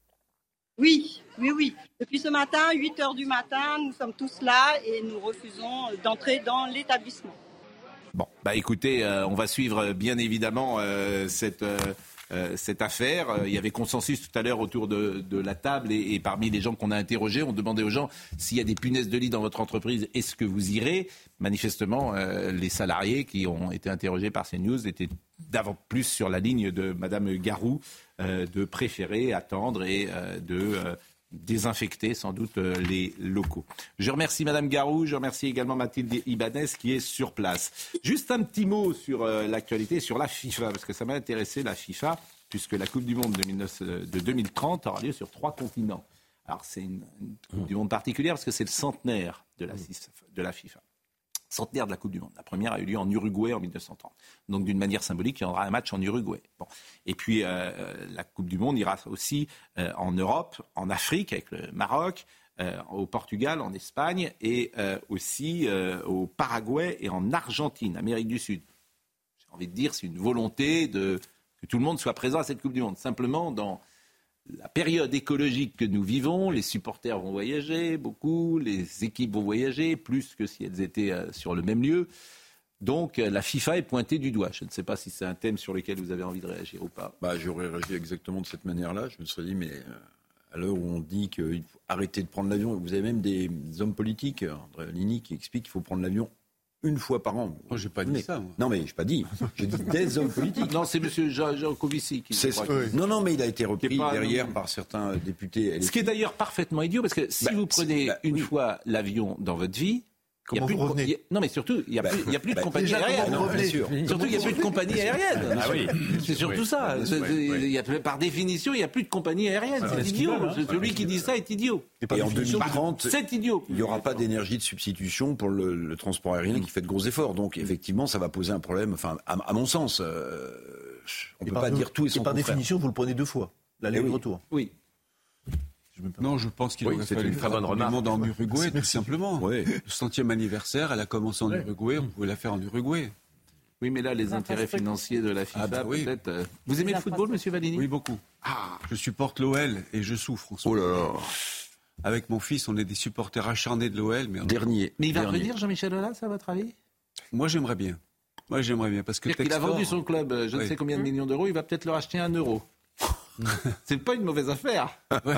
Oui, oui, oui. Depuis ce matin, huit heures du matin, nous sommes tous là et nous refusons d'entrer dans l'établissement. Bon, bah écoutez, euh, on va suivre bien évidemment euh, cette, euh, euh, cette affaire. Euh, il y avait consensus tout à l'heure autour de, de la table et, et parmi les gens qu'on a interrogés, on demandait aux gens s'il y a des punaises de lit dans votre entreprise, est-ce que vous irez ? Manifestement, euh, les salariés qui ont été interrogés par CNews étaient davantage plus sur la ligne de Madame Garou, euh, de préférer attendre et euh, de euh, désinfecter sans doute euh, les locaux. Je remercie Madame Garou, je remercie également Mathilde Ibanez qui est sur place. Juste un petit mot sur euh, l'actualité, sur la FIFA, parce que ça m'a intéressé la FIFA, puisque la Coupe du Monde de deux mille trente aura lieu sur trois continents. Alors c'est une, une Coupe du Monde particulière parce que c'est le centenaire de la, de la FIFA. Centenaire de la Coupe du Monde. La première a eu lieu en Uruguay en mille neuf cent trente. Donc d'une manière symbolique, il y aura un match en Uruguay. Bon. Et puis euh, la Coupe du Monde ira aussi euh, en Europe, en Afrique avec le Maroc, euh, au Portugal, en Espagne et euh, aussi euh, au Paraguay et en Argentine, Amérique du Sud. J'ai envie de dire, c'est une volonté de que tout le monde soit présent à cette Coupe du Monde. Simplement, dans la période écologique que nous vivons, les supporters vont voyager beaucoup, les équipes vont voyager, plus que si elles étaient euh, sur le même lieu. Donc euh, la FIFA est pointée du doigt. Je ne sais pas si c'est un thème sur lequel vous avez envie de réagir ou pas. Bah, j'aurais réagi exactement de cette manière-là. Je me serais dit, mais euh, à l'heure où on dit qu'il faut arrêter de prendre l'avion, vous avez même des, des hommes politiques, André Ligny, qui expliquent qu'il faut prendre l'avion une fois par an. Moi, j'ai pas dit mais, ça. Moi. Non, mais je n'ai pas dit. J'ai dit des hommes politiques. Non, c'est M. Jean, Jean Covici qui c'est, oui. Non, non, mais il a été repris pas, derrière non. par certains députés. Ce qui est d'ailleurs parfaitement idiot, parce que si bah, vous prenez bah, une oui. fois l'avion dans votre vie, Comment vous revenez de... Non, mais surtout, il n'y a, bah, a plus de bah, compagnie aérienne. Non, surtout, il n'y a plus de compagnie aérienne. Ah, oui. C'est surtout oui. ça. C'est, oui, oui. Y a, par définition, il n'y a plus de compagnie aérienne. Ah, c'est idiot. Hein. Celui qui dit ça est idiot. Et, et en deux mille trente, c'est idiot. Il n'y aura pas d'énergie de substitution pour le, le transport aérien qui fait de gros efforts. Donc, effectivement, ça va poser un problème, enfin, à, à mon sens. Euh, on ne peut pas nous, dire tout et son Et par contraire. définition, vous le prenez deux fois, l'aller-retour. Oui. Non, je pense qu'il oui, aurait fallu faire une monde en Uruguay, tout simplement. Oui. Le centième anniversaire, elle a commencé en oui. Uruguay, on pouvait la faire en Uruguay. Oui, mais là, les intérêts financiers de la FIFA, ah bah oui. peut-être... Euh... Vous aimez le football, monsieur Vallini ? Oui, beaucoup. Ah. Je supporte l'O L et je souffre. En oh là là. Avec mon fils, on est des supporters acharnés de l'O L. Mais Dernier. Mais il va Dernier. revenir, Jean-Michel Aulas, à votre avis ? Moi, j'aimerais bien. Moi, j'aimerais bien. Parce que Textor, il a vendu son club, je ne oui. sais combien de millions d'euros, il va peut-être leur acheter un euro. C'est pas une mauvaise affaire. Ouais.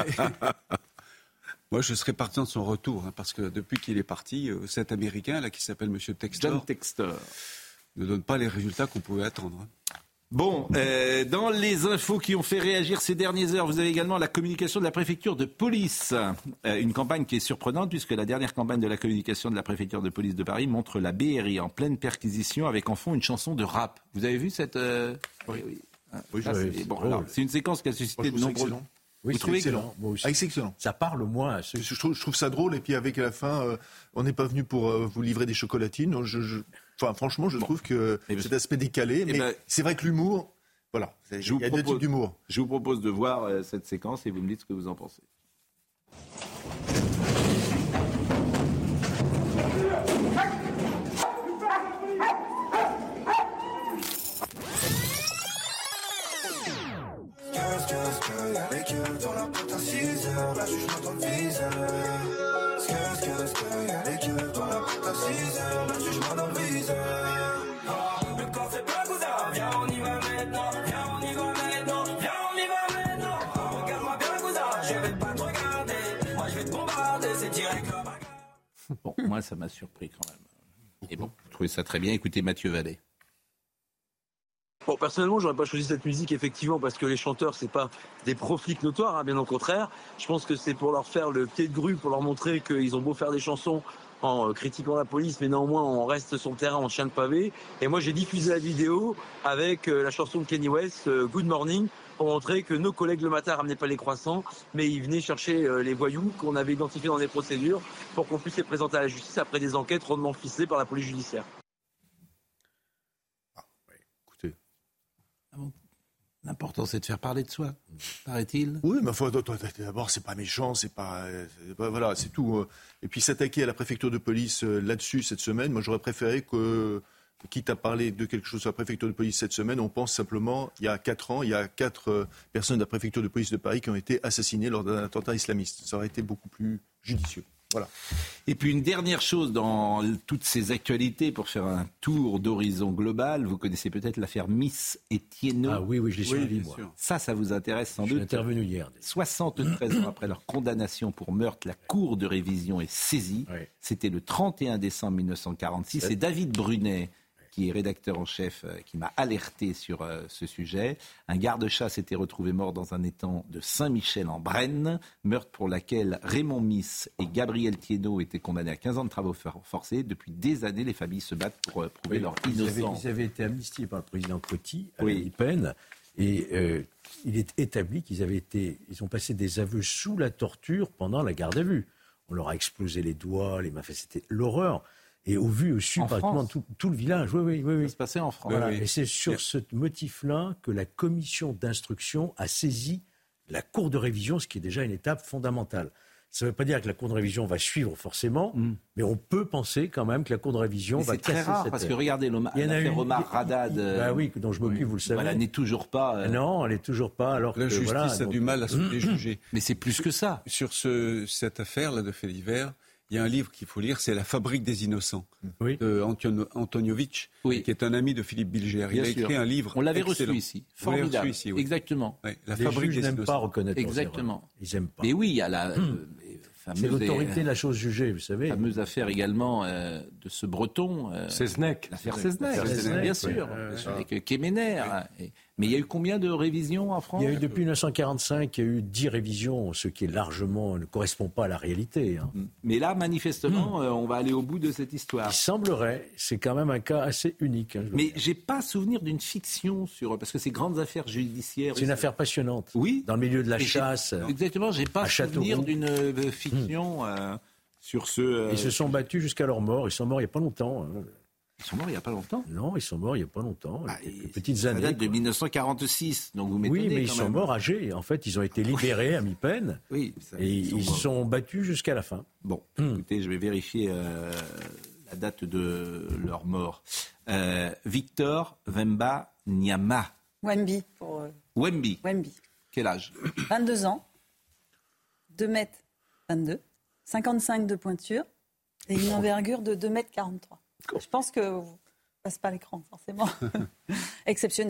Moi, je serais partisan de son retour, hein, parce que depuis qu'il est parti, euh, cet Américain là qui s'appelle Monsieur Textor, John Textor, ne donne pas les résultats qu'on pouvait attendre. Hein. Bon, euh, dans les infos qui ont fait réagir ces dernières heures, vous avez également la communication de la préfecture de police. Euh, une campagne qui est surprenante puisque la dernière campagne de la communication de la préfecture de police de Paris montre la B R I en pleine perquisition avec en fond une chanson de rap. Vous avez vu cette... Euh... Oui, oui. oui Là, c'est, bon, alors, c'est une séquence qui a suscité de nombreux... Oui, vous c'est trouvez excellent. que... Moi aussi. Ah, c'est excellent. Ça parle au moins à ceux... je, trouve, je trouve ça drôle et puis avec à la fin, euh, on n'est pas venu pour euh, vous livrer des chocolatines. Je, je... Enfin, franchement, je bon. trouve que et cet aspect décalé, mais ben... c'est vrai que l'humour... Voilà, il y a deux types d'humour. Je vous propose de voir euh, cette séquence et vous me dites ce que vous en pensez. Bon, moi, ça m'a surpris quand même. Et bon, vous trouvez ça très bien. Écoutez Mathieu Vallée. Bon, personnellement, j'aurais pas choisi cette musique, effectivement, parce que les chanteurs, c'est pas des proflics notoires, hein, bien au contraire. Je pense que c'est pour leur faire le pied de grue, pour leur montrer qu'ils ont beau faire des chansons en critiquant la police, mais néanmoins, on reste sur le terrain en chien de pavé. Et moi, j'ai diffusé la vidéo avec euh, la chanson de Kanye West, euh, Good Morning, pour montrer que nos collègues le matin ramenaient pas les croissants, mais ils venaient chercher euh, les voyous qu'on avait identifiés dans des procédures pour qu'on puisse les présenter à la justice après des enquêtes rondement ficelées par la police judiciaire. Ah, ouais, écoutez. Ah bon. L'important, c'est de faire parler de soi, paraît-il. Oui, mais faut, d'abord, c'est pas méchant, c'est pas, c'est pas, voilà, c'est tout. Et puis s'attaquer à la préfecture de police là-dessus cette semaine, moi, j'aurais préféré que, quitte à parler de quelque chose sur la préfecture de police cette semaine, on pense simplement, il y a quatre ans, il y a quatre personnes de la préfecture de police de Paris qui ont été assassinées lors d'un attentat islamiste. Ça aurait été beaucoup plus judicieux. Voilà. Et puis une dernière chose dans toutes ces actualités, pour faire un tour d'horizon global, vous connaissez peut-être l'affaire Miss et Thienot. Ah oui, oui, je l'ai suivi, moi. Ça, ça vous intéresse sans je doute. Je suis intervenu hier. soixante-treize ans après leur condamnation pour meurtre, la Cour de révision est saisie. Oui. C'était le trente et un décembre mille neuf cent quarante-six. C'est David Brunet, qui est rédacteur en chef, qui m'a alerté sur euh, ce sujet. Un garde-chasse s'était retrouvé mort dans un étang de Saint-Michel-en-Brenne, meurtre pour laquelle Raymond Miss et Gabriel Thienot étaient condamnés à quinze ans de travaux forcés. Depuis des années, les familles se battent pour euh, prouver oui, leur innocence. Ils avaient, ils avaient été amnistiés par le président Coty à oui. la peine, et euh, il est établi qu'ils avaient été, ils ont passé des aveux sous la torture pendant la garde à vue. On leur a explosé les doigts, les mains, c'était l'horreur. Et au vu, au su, pratiquement tout, tout le village. Oui, oui, oui. oui. Ça se passait en France. Voilà. Oui, oui. Et c'est sur Bien. ce motif-là que la commission d'instruction a saisi la Cour de révision, ce qui est déjà une étape fondamentale. Ça ne veut pas dire que la Cour de révision va suivre forcément, mm. mais on peut penser quand même que la Cour de révision mais va c'est très rare, cette parce terre. que regardez, l'affaire Omar Haddad... Bah oui, dont je m'occupe, oui. vous le savez. Voilà, elle n'est toujours pas... Euh... Non, elle n'est toujours pas, alors la que... justice voilà, a donc... du mal à se les juger. Mais c'est plus que ça. Sur ce, cette affaire-là de fait divers, il y a un livre qu'il faut lire, c'est La Fabrique des innocents, oui. de Anton, Antoniovitch, oui. qui est un ami de Philippe Bilger. Bien il a sûr. écrit un livre On l'avait excellent. reçu ici. Formidable. Reçu ici, oui. Exactement. Oui. La Les Fabrique juges des n'aiment innocents. pas reconnaître. Exactement. Ils n'aiment pas. Mais oui, il y a la... Hum. C'est l'autorité de la chose jugée, vous savez. La fameuse affaire également euh, de ce Breton. Euh, Seznec. L'affaire Seznec, bien sûr. Euh, avec Kemener. Oui. Mais il y a eu combien de révisions en France ? Il y a eu depuis mille neuf cent quarante-cinq, il y a eu dix révisions, ce qui est largement ne correspond pas à la réalité. Hein. Mais là, manifestement, mmh. euh, on va aller au bout de cette histoire. Il semblerait, c'est quand même un cas assez unique. Hein, je Mais j'ai pas souvenir d'une fiction sur parce que ces grandes affaires judiciaires. C'est une affaire passionnante. Oui. Dans le milieu de la Et chasse. Exactement, j'ai pas souvenir d'une euh, fiction mmh. euh, sur ce. Euh... Ils se sont battus jusqu'à leur mort. Ils sont morts il y a pas longtemps. Hein. Ils sont morts il n'y a pas longtemps. Non, ils sont morts il n'y a pas longtemps. Ah, petites ça années. Ça date de mille neuf cent quarante-six, donc vous m'étonnez. Oui, mais ils quand sont même. morts âgés. En fait, ils ont été libérés à mi-peine. Oui. Ça, et ils, ils sont, sont battus jusqu'à la fin. Bon, hum. écoutez, je vais vérifier euh, la date de leur mort. Euh, Victor Wemba Nyama. Wemby. Pour, euh... Wemby. Wemby. Quel âge ? vingt-deux ans. deux mètres vingt-deux. cinquante-cinq de pointure. Et une envergure de deux mètres quarante-trois. Je pense que vous ne passez pas l'écran, forcément. Exceptionnel.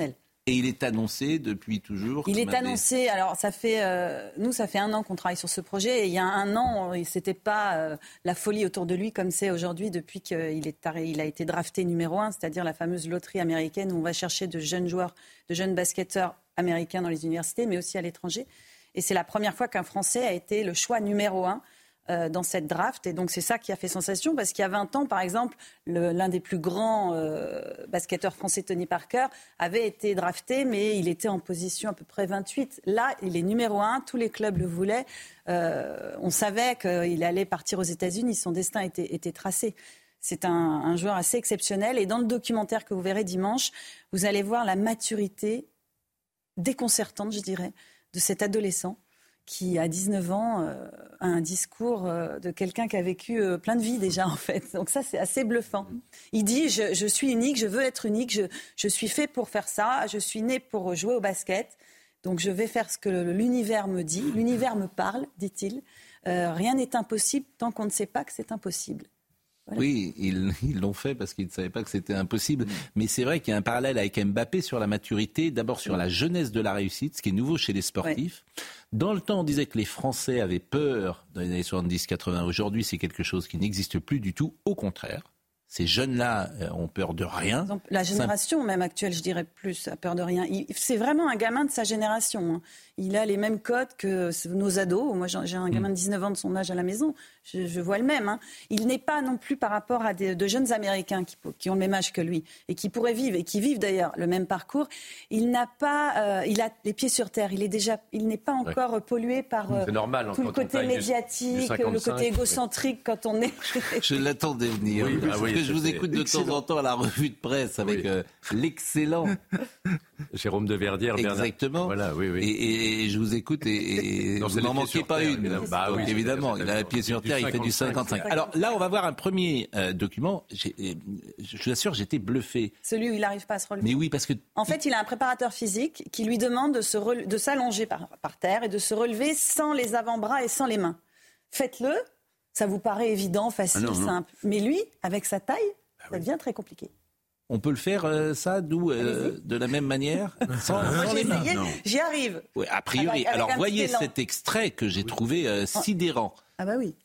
Et il est annoncé depuis toujours. Il est annoncé. Des... Alors, ça fait euh, nous, ça fait un an qu'on travaille sur ce projet. Et il y a un an, c'était pas euh, la folie autour de lui comme c'est aujourd'hui depuis qu'il est il a été drafté numéro un, c'est-à-dire la fameuse loterie américaine où on va chercher de jeunes joueurs, de jeunes basketteurs américains dans les universités, mais aussi à l'étranger. Et c'est la première fois qu'un Français a été le choix numéro un. Euh, dans cette draft. Et donc, c'est ça qui a fait sensation, parce qu'il y a vingt ans, par exemple, le, l'un des plus grands euh, basketteurs français, Tony Parker, avait été drafté, mais il était en position à peu près vingt-huit. Là, il est numéro un, tous les clubs le voulaient. Euh, on savait qu'il allait partir aux États-Unis, son destin était, était tracé. C'est un, un joueur assez exceptionnel. Et dans le documentaire que vous verrez dimanche, vous allez voir la maturité déconcertante, je dirais, de cet adolescent qui, à dix-neuf ans, euh, a un discours euh, de quelqu'un qui a vécu euh, plein de vies déjà, en fait. Donc ça, c'est assez bluffant. Il dit, je, je suis unique, je veux être unique, je, je suis fait pour faire ça, je suis né pour jouer au basket, donc je vais faire ce que l'univers me dit. L'univers me parle, dit-il. Euh, rien n'est impossible tant qu'on ne sait pas que c'est impossible. Voilà. Oui, ils, ils l'ont fait parce qu'ils ne savaient pas que c'était impossible. Mais c'est vrai qu'il y a un parallèle avec Mbappé sur la maturité, d'abord sur la jeunesse de la réussite, ce qui est nouveau chez les sportifs. Ouais. Dans le temps, on disait que les Français avaient peur dans les années soixante-dix quatre-vingts. Aujourd'hui, c'est quelque chose qui n'existe plus du tout. Au contraire, ces jeunes-là ont peur de rien. La génération même actuelle, je dirais plus, a peur de rien. Il, c'est vraiment un gamin de sa génération. Hein. Il a les mêmes codes que nos ados. Moi, j'ai un gamin de dix-neuf ans de son âge à la maison. Je, je vois le même. Hein. Il n'est pas non plus par rapport à des, de jeunes Américains qui, qui ont le même âge que lui et qui pourraient vivre, et qui vivent d'ailleurs le même parcours. Il n'a pas, euh, il a les pieds sur terre. Il est déjà, il n'est pas encore ouais. pollué par euh, normal, tout le côté médiatique, du, du le côté égocentrique ouais. quand on est... Je l'attendais venir. Oui, ah oui, que je vous écoute de excellent. temps en temps à la revue de presse avec oui. euh, l'excellent Jérôme de Verdière. Exactement. Voilà, oui, oui. Et, et je vous écoute et, et non, vous n'en manquez pas terre, une. Évidemment, bah, oui, évidemment. Il a la pied sur terre, il fait du cinquante-cinq. Alors là, on va voir un premier euh, document. J'ai, je vous assure, j'étais bluffé. Celui où il n'arrive pas à se relever. Mais oui, parce que... En fait, il a un préparateur physique qui lui demande de, se rele... de s'allonger par, par terre et de se relever sans les avant-bras et sans les mains. Faites-le. Ça vous paraît évident, facile, ah non, non. simple. Mais lui, avec sa taille, ah ça devient oui. très compliqué. On peut le faire, euh, ça, d'où euh, de la même manière sans, Moi, sans j'ai les essayé, mains. J'y arrive. Oui, a priori. Avec, avec Alors, voyez cet extrait que j'ai oui. trouvé euh, sidérant. Ah bah oui.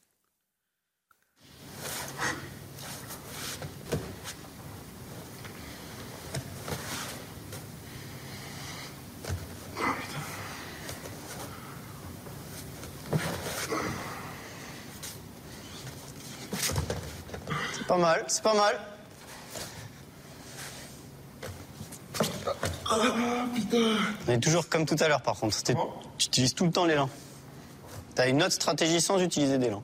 C'est pas mal, c'est pas mal. Ah, putain. On est toujours comme tout à l'heure, par contre. Tu utilises tout le temps l'élan. T'as une autre stratégie sans utiliser d'élan.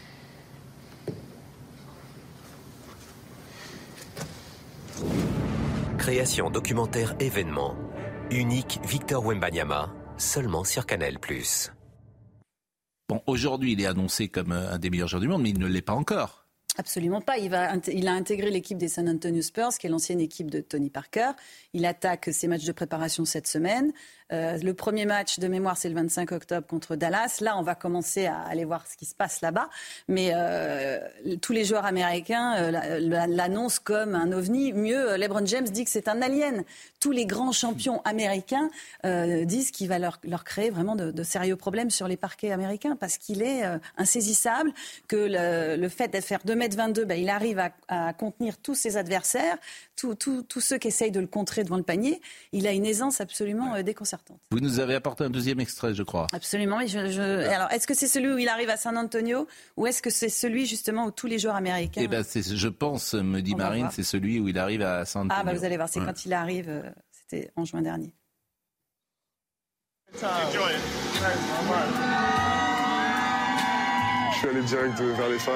Création documentaire événement. Unique Victor Wembanyama, seulement sur Canal plus. Bon, aujourd'hui, il est annoncé comme un des meilleurs joueurs du monde, mais il ne l'est pas encore. Absolument pas. Il, va, il a intégré l'équipe des San Antonio Spurs, qui est l'ancienne équipe de Tony Parker. Il attaque ses matchs de préparation cette semaine. Euh, le premier match de mémoire, c'est le vingt-cinq octobre contre Dallas. Là, on va commencer à aller voir ce qui se passe là-bas. Mais euh, tous les joueurs américains euh, l'annoncent comme un ovni. Mieux, LeBron James dit que c'est un alien. Tous les grands champions américains euh, disent qu'il va leur, leur créer vraiment de, de sérieux problèmes sur les parquets américains parce qu'il est euh, insaisissable, que le, le fait de faire deux mètres vingt-deux, ben, il arrive à, à contenir tous ses adversaires, tous tout, tout ceux qui essayent de le contrer devant le panier. Il a une aisance absolument euh, déconcertante. Vous nous avez apporté un deuxième extrait, je crois. Absolument. Et je, je... Alors, est-ce que c'est celui où il arrive à San Antonio ou est-ce que c'est celui justement où tous les joueurs américains... Eh ben, c'est, je pense, me dit Marine, c'est celui où il arrive à San Antonio. Ah, bah, vous allez voir, c'est ouais. quand il arrive, euh, c'était en juin dernier. Je suis allé direct vers les fans.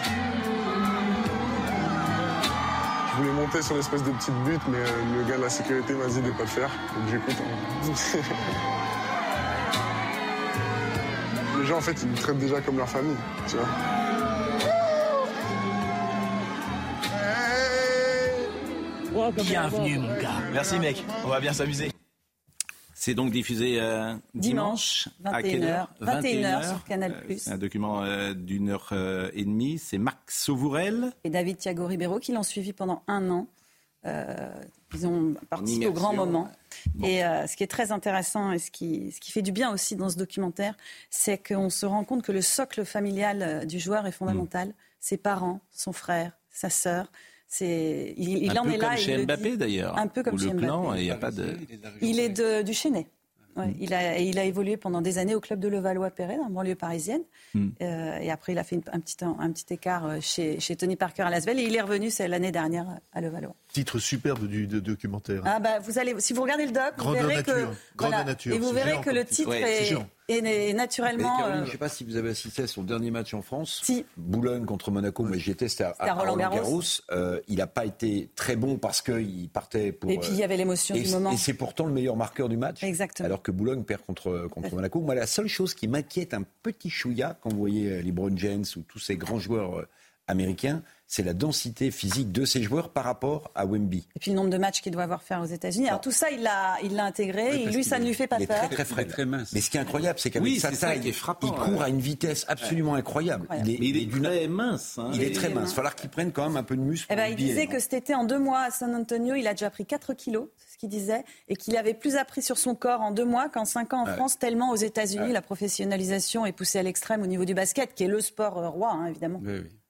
Je voulais monter sur l'espèce de petite butte, mais le gars de la sécurité m'a dit de ne pas le faire. Donc j'écoute. Hein. Les gens, en fait, ils me traitent déjà comme leur famille, tu vois. Bienvenue, mon gars. Merci, mec. On va bien s'amuser. C'est donc diffusé euh, dimanche, dimanche vingt et une heures, vingt et une heures sur Canal plus. C'est un document euh, d'une heure euh, et demie. C'est Marc Sauvourel et David Thiago Ribeiro qui l'ont suivi pendant un an Euh, ils ont participé au grand moment. Bon. Et euh, ce qui est très intéressant et ce qui, ce qui fait du bien aussi dans ce documentaire, c'est qu'on se rend compte que le socle familial du joueur est fondamental. Mmh. Ses parents, son frère, sa sœur. C'est, il il en est là. Un peu comme chez Mbappé d'ailleurs. Un peu comme chez Mbappé. Le clan, il n'y a pas de. Il est de, du Chesnay. Ouais, mmh. il, a, il a évolué pendant des années au club de Levallois-Perret, dans la banlieue parisienne. Mmh. Euh, et après, il a fait une, un, petit, un petit écart chez, chez Tony Parker à Lasvel. Et il est revenu c'est l'année dernière à Levallois. Titre superbe du de documentaire. Ah bah, vous allez, si vous regardez le doc, vous verrez nature, que, voilà, nature, et vous verrez que le titre ouais, est, est, est naturellement... Mais Caroline, je ne sais pas si vous avez assisté à son dernier match en France. Si. Boulogne contre Monaco, moi j'y étais, c'était à, à Roland Garros. Garros. Euh, il n'a pas été très bon parce qu'il partait pour... Et puis il y avait l'émotion et, du moment. Et c'est pourtant le meilleur marqueur du match. Exactement. Alors que Boulogne perd contre, contre Monaco. Moi, la seule chose qui m'inquiète un petit chouïa, quand vous voyez LeBron James ou tous ces grands joueurs américains, c'est la densité physique de ces joueurs par rapport à Wemby. Et puis le nombre de matchs qu'il doit avoir fait aux États-Unis. Alors tout ça, il l'a, il l'a intégré. Oui, et lui, ça ne lui fait pas il peur. Il est très très frais, très mince. Mais ce qui est incroyable, c'est qu'avec oui, sa taille, il court à une vitesse absolument incroyable. incroyable. Il est, il est très mince. Hein. Il est très mince. Il va falloir qu'il prenne quand même un peu de muscle. Eh ben, il disait que cet été, en deux mois à San Antonio, il a déjà pris quatre kilos, c'est ce qu'il disait, et qu'il avait plus appris sur son corps en deux mois qu'en cinq ans en ouais. France, tellement aux États-Unis, ouais. la professionnalisation est poussée à l'extrême au niveau du basket, qui est le sport euh, roi, hein, évidemment. Oui, oui.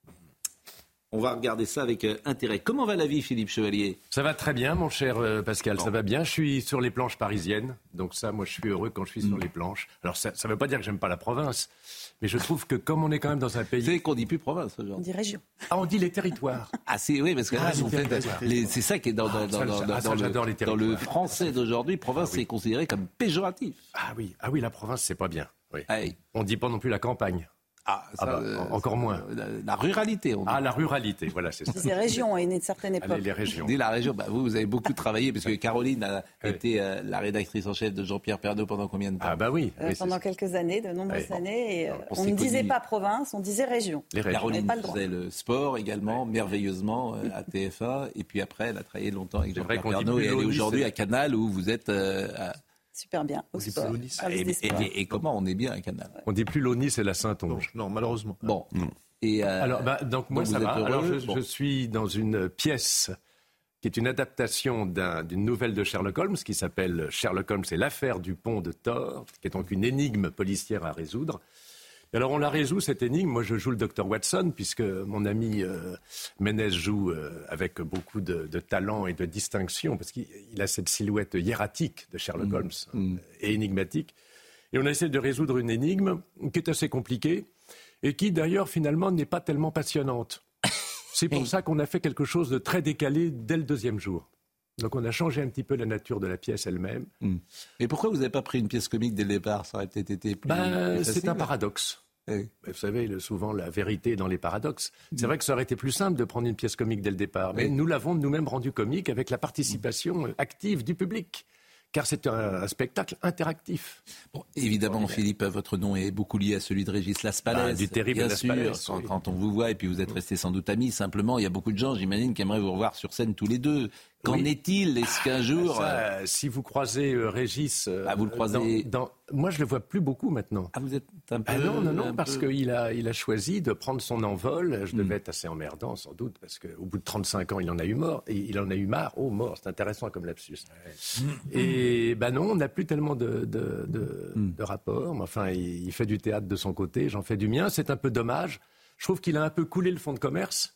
On va regarder ça avec euh, intérêt. Comment va la vie, Philippe Chevalier ? Ça va très bien, mon cher euh, Pascal, bon. Ça va bien. Je suis sur les planches parisiennes, donc ça, moi, je suis heureux quand je suis mmh. sur les planches. Alors, ça ne veut pas dire que j'aime pas la province, mais je trouve que comme on est quand même dans un pays... C'est qu'on dit plus province, aujourd'hui. On dit région. Ah, on dit les territoires. Ah, c'est, oui, parce que ah, là, en fait, les, c'est ça qui est dans, dans, dans, dans, ah, ça, dans, le, dans le français d'aujourd'hui. Province, ah, oui. c'est considéré comme péjoratif. Ah oui, ah oui, la province, c'est pas bien. Oui. Hey. On dit pas non plus la campagne. Ah, ça, ah bah, euh, encore moins. La, la ruralité, on dit. Ah, la ruralité, voilà, c'est ça. C'est régions, à une certaine époque. Allez, les régions. Dit la région, bah, vous, vous avez beaucoup travaillé, parce que Caroline a oui. été euh, la rédactrice en chef de Jean-Pierre Pernaut pendant combien de temps ? Ah bah oui. Euh, oui pendant quelques années, de nombreuses oui. années. Et, euh, on, on ne disait pas province, on disait région. Les régions. Caroline pas le faisait le sport également, oui. merveilleusement, euh, à T F un. Et puis après, elle a travaillé longtemps avec Jean-Pierre Pernaut. Et elle est aujourd'hui à Canal, où vous êtes... Euh, à... Super bien, au sport. Et, et, et, et comment on est bien à Canal ? On dit plus l'O N I, c'est la Saintonge. Non, non, malheureusement. Bon. Et euh, Alors, bah, donc moi, donc ça va. Alors, je, bon. je suis dans une pièce qui est une adaptation d'un, d'une nouvelle de Sherlock Holmes qui s'appelle Sherlock Holmes et l'affaire du pont de Thor, qui est donc une énigme policière à résoudre. Et alors on la résout, cette énigme. Moi je joue le docteur Watson, puisque mon ami euh, Ménez joue euh, avec beaucoup de, de talent et de distinction, parce qu'il a cette silhouette hiératique de Sherlock mmh. Holmes mmh. et énigmatique. Et on a essayé de résoudre une énigme qui est assez compliquée et qui d'ailleurs finalement n'est pas tellement passionnante. C'est pour ça qu'on a fait quelque chose de très décalé dès le deuxième jour. Donc on a changé un petit peu la nature de la pièce elle-même. Mmh. Et pourquoi vous n'avez pas pris une pièce comique dès le départ ? Ça aurait peut-être été plus, ben, plus facile. C'est un paradoxe. Oui. Vous savez, le, souvent la vérité est dans les paradoxes. Mmh. C'est vrai que ça aurait été plus simple de prendre une pièce comique dès le départ, mais oui. nous l'avons nous-mêmes rendue comique avec la participation mmh. active du public. Car c'est un, un spectacle interactif. Bon, évidemment, Philippe, votre nom est beaucoup lié à celui de Régis Laspalès. Bah, du terrible bien Laspalès, sûr, oui. quand on vous voit, et puis vous êtes restés sans doute amis, simplement, il y a beaucoup de gens, j'imagine, qui aimeraient vous revoir sur scène tous les deux. Qu'en oui. est-il ? Est-ce qu'un jour... Ça, euh... Si vous croisez euh, Régis... Euh, ah, vous le croisez... Dans, dans... Moi, je ne le vois plus beaucoup maintenant. Ah, vous êtes un peu... Ah non, non, non, parce peu... qu'il a, il a choisi de prendre son envol. Je devais mm. être assez emmerdant, sans doute, parce qu'au bout de trente-cinq ans, il en a eu mort. Et il en a eu marre. Oh, mort, c'est intéressant comme lapsus. Ouais. Mm. Et ben non, on n'a plus tellement de, de, de, mm. de rapports. Mais enfin, il, il fait du théâtre de son côté, j'en fais du mien. C'est un peu dommage. Je trouve qu'il a un peu coulé le fonds de commerce.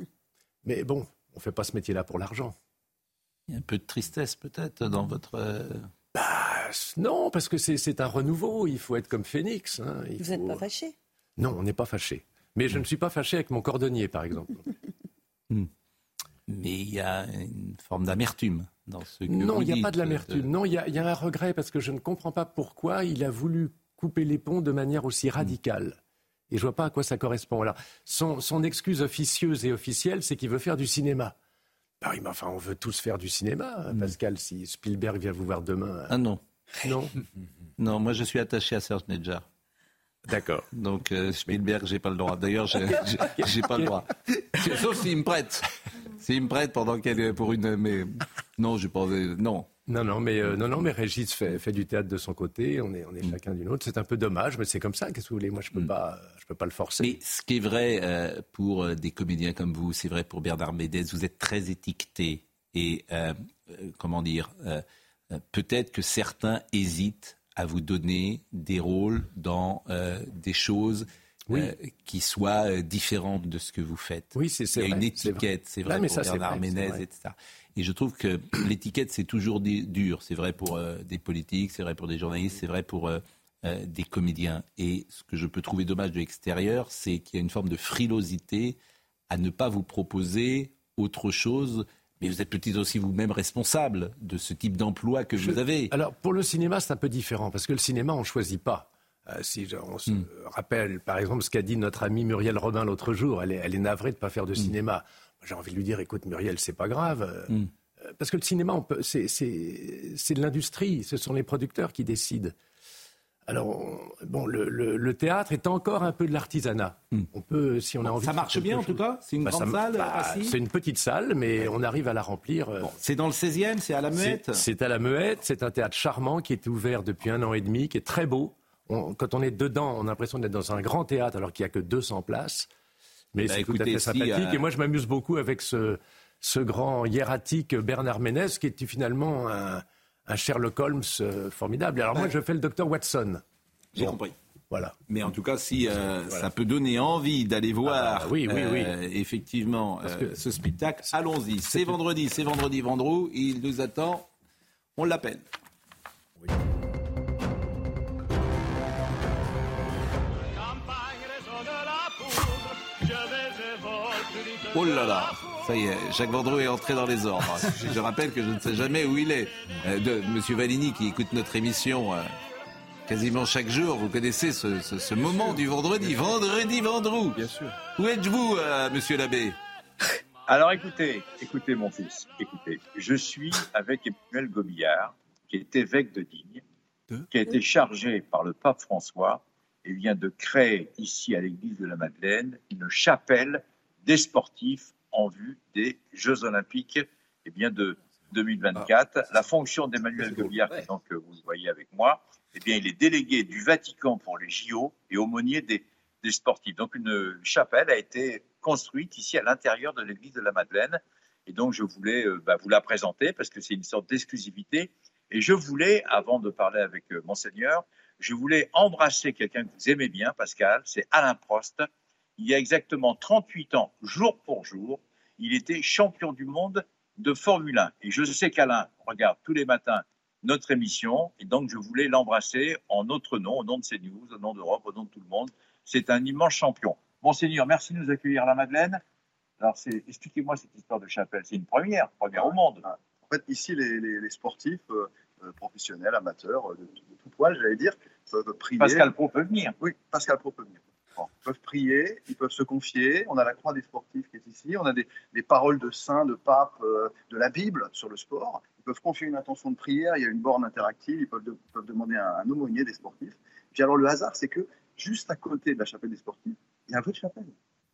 Mais bon, on ne fait pas ce métier-là pour l'argent. Il y a un peu de tristesse peut-être dans votre... Bah, non, parce que c'est, c'est un renouveau, il faut être comme Phénix. Hein. Vous faut... n'êtes pas fâché ? Non, on n'est pas fâché. Mais je ne suis pas fâché avec mon cordonnier, par exemple. mm. Mais il y a une forme d'amertume dans ce que non, vous il n'y a dites. pas de l'amertume. De... Non, il y a, il y a un regret, parce que je ne comprends pas pourquoi il a voulu couper les ponts de manière aussi radicale. Mm. Et je ne vois pas à quoi ça correspond. Alors, son, son excuse officieuse et officielle, c'est qu'il veut faire du cinéma. Ah oui, mais enfin, on veut tous faire du cinéma, hein, Pascal. Si Spielberg vient vous voir demain... Ah non. Non Non, moi je suis attaché à Serge Nedjar. D'accord. Donc euh, Spielberg, j'ai pas le droit. D'ailleurs, j'ai, j'ai, j'ai pas le droit. Sauf s'il me prête. S'il me prête pendant qu'elle pour une... Mais non, j'ai pas... Non. Non, non, mais, euh, non, non, mais Régis fait, fait du théâtre de son côté, on est, on est mm. chacun d'une autre. C'est un peu dommage, mais c'est comme ça, qu'est-ce que vous voulez ? Moi, je peux mm. pas, je peux pas le forcer. Mais ce qui est vrai euh, pour des comédiens comme vous, c'est vrai pour Bernard Médez, vous êtes très étiqueté. Et euh, euh, comment dire, euh, euh, peut-être que certains hésitent à vous donner des rôles dans euh, des choses oui. euh, qui soient euh, différentes de ce que vous faites. Oui, c'est, c'est Il y a vrai, une étiquette, c'est vrai, c'est vrai pour ça, Bernard Ménez, et cetera. Et je trouve que l'étiquette, c'est toujours dur. C'est vrai pour euh, des politiques, c'est vrai pour des journalistes, c'est vrai pour euh, euh, des comédiens. Et ce que je peux trouver dommage de l'extérieur, c'est qu'il y a une forme de frilosité à ne pas vous proposer autre chose. Mais vous êtes peut-être aussi vous-même responsable de ce type d'emploi que je, vous avez. Alors, pour le cinéma, c'est un peu différent, parce que le cinéma, on ne choisit pas. Euh, si on se mm. rappelle, par exemple, ce qu'a dit notre amie Muriel Robin l'autre jour, elle est, elle est navrée de ne pas faire de mm. cinéma. J'ai envie de lui dire, écoute Muriel, c'est pas grave. Mm. Euh, parce que le cinéma, on peut, c'est, c'est, c'est de l'industrie, ce sont les producteurs qui décident. Alors, on, bon, le, le, le théâtre est encore un peu de l'artisanat. Mm. On peut, si on a envie. Ça marche bien en tout cas. C'est une bah, grande ça, salle. Bah, c'est une petite salle, mais on arrive à la remplir. Bon, c'est dans le seizième, c'est à la Muette. C'est, c'est à la Muette. C'est un théâtre charmant qui est ouvert depuis un an et demi, qui est très beau. On, quand on est dedans, on a l'impression d'être dans un grand théâtre alors qu'il n'y a que deux cents places. Mais bah, c'est écoutez, tout à fait sympathique. Si, euh... Et moi, je m'amuse beaucoup avec ce, ce grand hiératique Bernard Ménez, qui est finalement un. Un Sherlock Holmes euh, formidable. Alors moi, je fais le docteur Watson. J'ai bon, compris. Voilà. Mais en tout cas, si euh, voilà. ça peut donner envie d'aller voir ah, oui, oui, oui. Euh, effectivement euh, que... ce spectacle, allons-y. C'est, c'est vendredi, c'est vendredi, Vendroux. Il nous attend. On l'appelle. Oui. Oh là là, ça y est, Jacques Vendroux est entré dans les ordres. Je rappelle que je ne sais jamais où il est. Euh, de Monsieur Valigny qui écoute notre émission euh, quasiment chaque jour. Vous connaissez ce, ce, ce moment du vendredi. Vendredi Vendroux. Bien sûr. Où êtes-vous, euh, Monsieur l'abbé ? Alors écoutez, écoutez mon fils, écoutez. Je suis avec Emmanuel Gobillard, qui est évêque de Digne, qui a été chargé par le pape François et vient de créer ici à l'église de la Madeleine une chapelle des sportifs en vue des Jeux Olympiques eh bien de deux mille vingt-quatre. Ah, la fonction d'Emmanuel Gobillard, ouais. donc vous le voyez avec moi, eh bien, il est délégué du Vatican pour les J O et aumônier des, des sportifs. Donc une chapelle a été construite ici à l'intérieur de l'église de la Madeleine. Et donc je voulais euh, bah, vous la présenter parce que c'est une sorte d'exclusivité. Et je voulais, avant de parler avec euh, Monseigneur, je voulais embrasser quelqu'un que vous aimez bien, Pascal, c'est Alain Prost. Il y a exactement trente-huit ans, jour pour jour, il était champion du monde de Formule un. Et je sais qu'Alain regarde tous les matins notre émission, et donc je voulais l'embrasser en notre nom, au nom de CNews, au nom d'Europe, au nom de tout le monde. C'est un immense champion. Monseigneur, merci de nous accueillir à la Madeleine. Alors, c'est, expliquez-moi cette histoire de chapelle. C'est une première, première au monde. En fait, ici, les, les, les sportifs euh, professionnels, amateurs, de, de tout poil, j'allais dire, peuvent prier. Pascal Pro peut venir. Oui, Pascal Pro peut venir. Bon, ils peuvent prier, ils peuvent se confier. On a la croix des sportifs qui est ici. On a des, des paroles de saints, de papes, euh, de la Bible sur le sport. Ils peuvent confier une intention de prière. Il y a une borne interactive. Ils peuvent, de, peuvent demander un, un aumônier des sportifs. Puis alors, le hasard, c'est que juste à côté de la chapelle des sportifs, il y a une autre chapelle.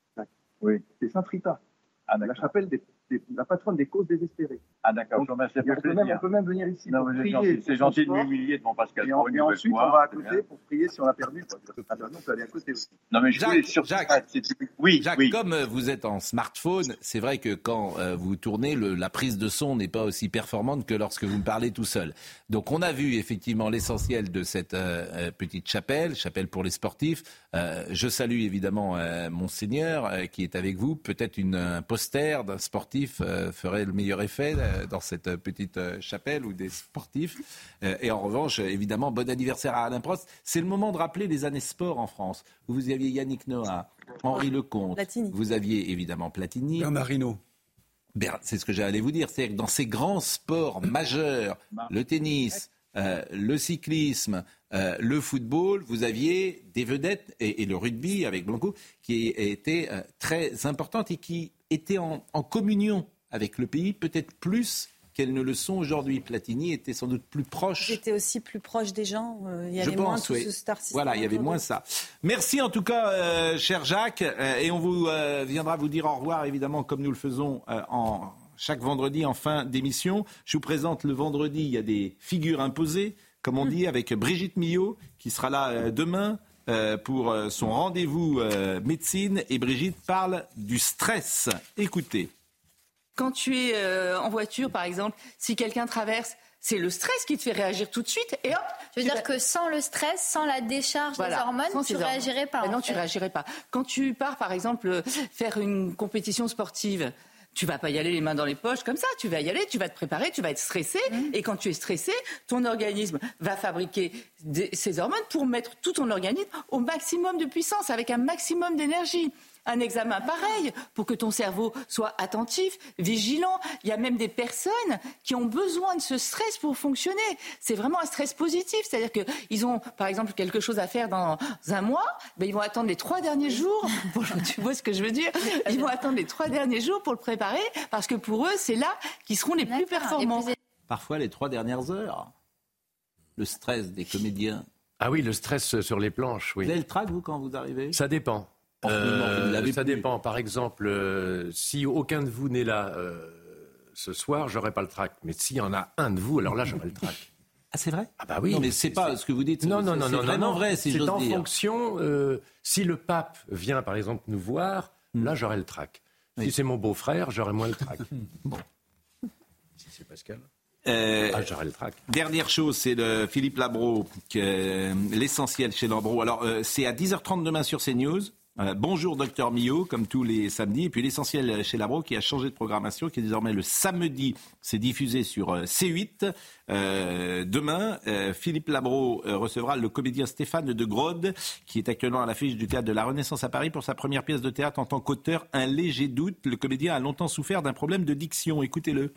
Oui, c'est Sainte-Rita. Ah, la chapelle des, des, la patronne des causes désespérées. Ah d'accord, donc, on, peut même, on peut même venir ici non, pour c'est prier. Gentil, c'est gentil de m'humilier devant Pascal. Et, en, et ensuite, on va à côté pour prier si on a perdu. Ah ben non, on peut aller à côté aussi. Non mais je Jacques, sur... Jacques, ah, oui, Jacques oui. comme vous êtes en smartphone, c'est vrai que quand euh, vous tournez, le, la prise de son n'est pas aussi performante que lorsque vous me parlez tout seul. Donc on a vu effectivement l'essentiel de cette euh, petite chapelle, chapelle pour les sportifs. Euh, je salue évidemment euh, Monseigneur euh, qui est avec vous. Peut-être une, un poster d'un sportif euh, ferait le meilleur effet euh, dans cette petite euh, chapelle ou des sportifs. Euh, et en revanche, évidemment, bon anniversaire à Alain Prost. C'est le moment de rappeler les années sport en France. Vous aviez Yannick Noah, Henri Lecomte, Platini. Vous aviez évidemment Platini. Bernard Hinault. C'est ce que j'allais vous dire. C'est que dans ces grands sports majeurs, le tennis, euh, le cyclisme, euh, le football, vous aviez des vedettes et, et le rugby avec Blanco qui étaient euh, très importantes et qui étaient en, en communion avec le pays, peut-être plus qu'elles ne le sont aujourd'hui. Platini était sans doute plus proche. J'étais aussi plus proche des gens. Euh, il y avait Je moins pense, tout oui. ce star system. Voilà, il y avait moins ça. Merci en tout cas, euh, cher Jacques. Euh, et on vous euh, viendra vous dire au revoir, évidemment, comme nous le faisons euh, en, chaque vendredi en fin d'émission. Je vous présente le vendredi, il y a des figures imposées, comme on dit, avec Brigitte Millot, qui sera là euh, demain euh, pour euh, son rendez-vous euh, médecine. Et Brigitte parle du stress. Écoutez. quand tu es euh, en voiture, par exemple, si quelqu'un traverse, c'est le stress qui te fait réagir tout de suite et hop. Je veux dire vas... que sans le stress, sans la décharge voilà, des hormones, tu ne réagirais pas. Ben non, tu ne réagirais pas. Quand tu pars, par exemple, faire une compétition sportive, tu vas pas y aller les mains dans les poches comme ça. Tu vas y aller, tu vas te préparer, tu vas être stressé. Mmh. Et quand tu es stressé, ton organisme va fabriquer des, ces hormones pour mettre tout ton organisme au maximum de puissance, avec un maximum d'énergie. Un examen pareil, pour que ton cerveau soit attentif, vigilant. Il y a même des personnes qui ont besoin de ce stress pour fonctionner. C'est vraiment un stress positif. C'est-à-dire qu'ils ont, par exemple, quelque chose à faire dans un mois, ben ils vont attendre les trois derniers jours. Pour, tu vois ce que je veux dire ? Ils vont attendre les trois derniers jours pour le préparer, parce que pour eux, c'est là qu'ils seront les plus performants. Parfois, les trois dernières heures. Le stress des comédiens. Ah oui, le stress sur les planches, oui. Vous avez le trac, vous, quand vous arrivez ? Ça dépend. Euh, ça dépend. Par exemple, euh, si aucun de vous n'est là euh, ce soir, j'aurai pas le trac. Mais s'il y en a un de vous, alors là, j'aurai le trac. Ah, c'est vrai ? Ah bah oui. Non, mais c'est pas ce que vous dites. Non, non, non, c'est non, vraiment non, vrai, si j'ose dire. C'est en fonction. Euh, si le pape vient, par exemple, nous voir, mm. là, j'aurai le trac. Oui. Si c'est mon beau-frère, j'aurai moins le trac. Bon. Si c'est Pascal. Euh, ah, j'aurai le trac. Dernière chose, c'est le Philippe Labro, que, euh, l'essentiel chez Labro. Alors, euh, c'est à dix heures trente demain sur CNews. Euh, bonjour Docteur Millot, comme tous les samedis. Et puis l'essentiel chez Labro qui a changé de programmation, qui est désormais le samedi. C'est diffusé sur euh, C huit. Euh, demain, euh, Philippe Labro euh, recevra le comédien Stéphane de Grode, qui est actuellement à l'affiche du Théâtre de la Renaissance à Paris pour sa première pièce de théâtre en tant qu'auteur. Un léger doute. Le comédien a longtemps souffert d'un problème de diction. Écoutez-le.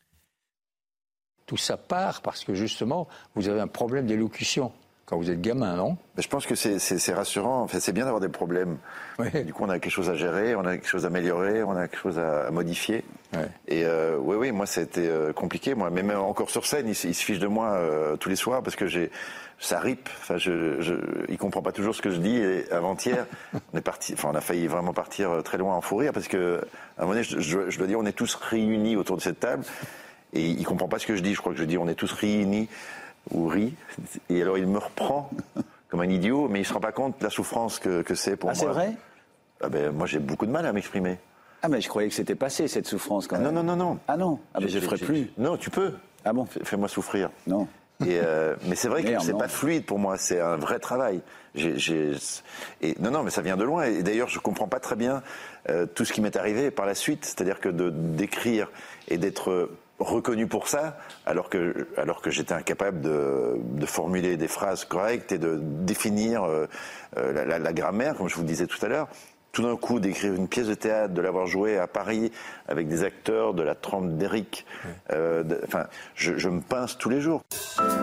Tout ça part parce que justement, vous avez un problème d'élocution. Quand vous êtes gamin, non ? Je pense que c'est, c'est, c'est rassurant. Enfin, c'est bien d'avoir des problèmes. Ouais. Du coup, on a quelque chose à gérer, on a quelque chose à améliorer, on a quelque chose à, à modifier. Ouais. Et euh, oui, oui, moi, ça a été euh, compliqué. Moi, mais même encore sur scène, il, il se fiche de moi euh, tous les soirs parce que j'ai, ça ripe. Enfin, je, je, il comprend pas toujours ce que je dis. Et avant-hier, on est parti. Enfin, on a failli vraiment partir très loin en fou rire parce que à un moment donné, je, je, je dois dire, on est tous réunis autour de cette table et il comprend pas ce que je dis. Je crois que je dis, on est tous réunis. Ou rit, et alors il me reprend comme un idiot, mais il ne se rend pas compte de la souffrance que, que c'est pour ah, moi. C'est vrai ? Ah ben, moi j'ai beaucoup de mal à m'exprimer. Ah mais je croyais que c'était passé cette souffrance quand même. Ah, non, non, non, non. Ah non ah, Je ne ferai plus. Non, tu peux. Ah bon ? Fais-moi souffrir. Non. Et euh, mais c'est vrai que Merde, c'est non. pas fluide pour moi, c'est un vrai travail. J'ai, j'ai... Et, non, non, mais ça vient de loin. Et d'ailleurs, je ne comprends pas très bien euh, tout ce qui m'est arrivé par la suite. C'est-à-dire que de, d'écrire et d'être reconnu pour ça, alors que, alors que j'étais incapable de, de formuler des phrases correctes et de définir euh, la, la, la grammaire, comme je vous le disais tout à l'heure. Tout d'un coup, d'écrire une pièce de théâtre, de l'avoir jouée à Paris avec des acteurs de la trempe d'Éric, ouais. euh, de, enfin, je, je me pince tous les jours.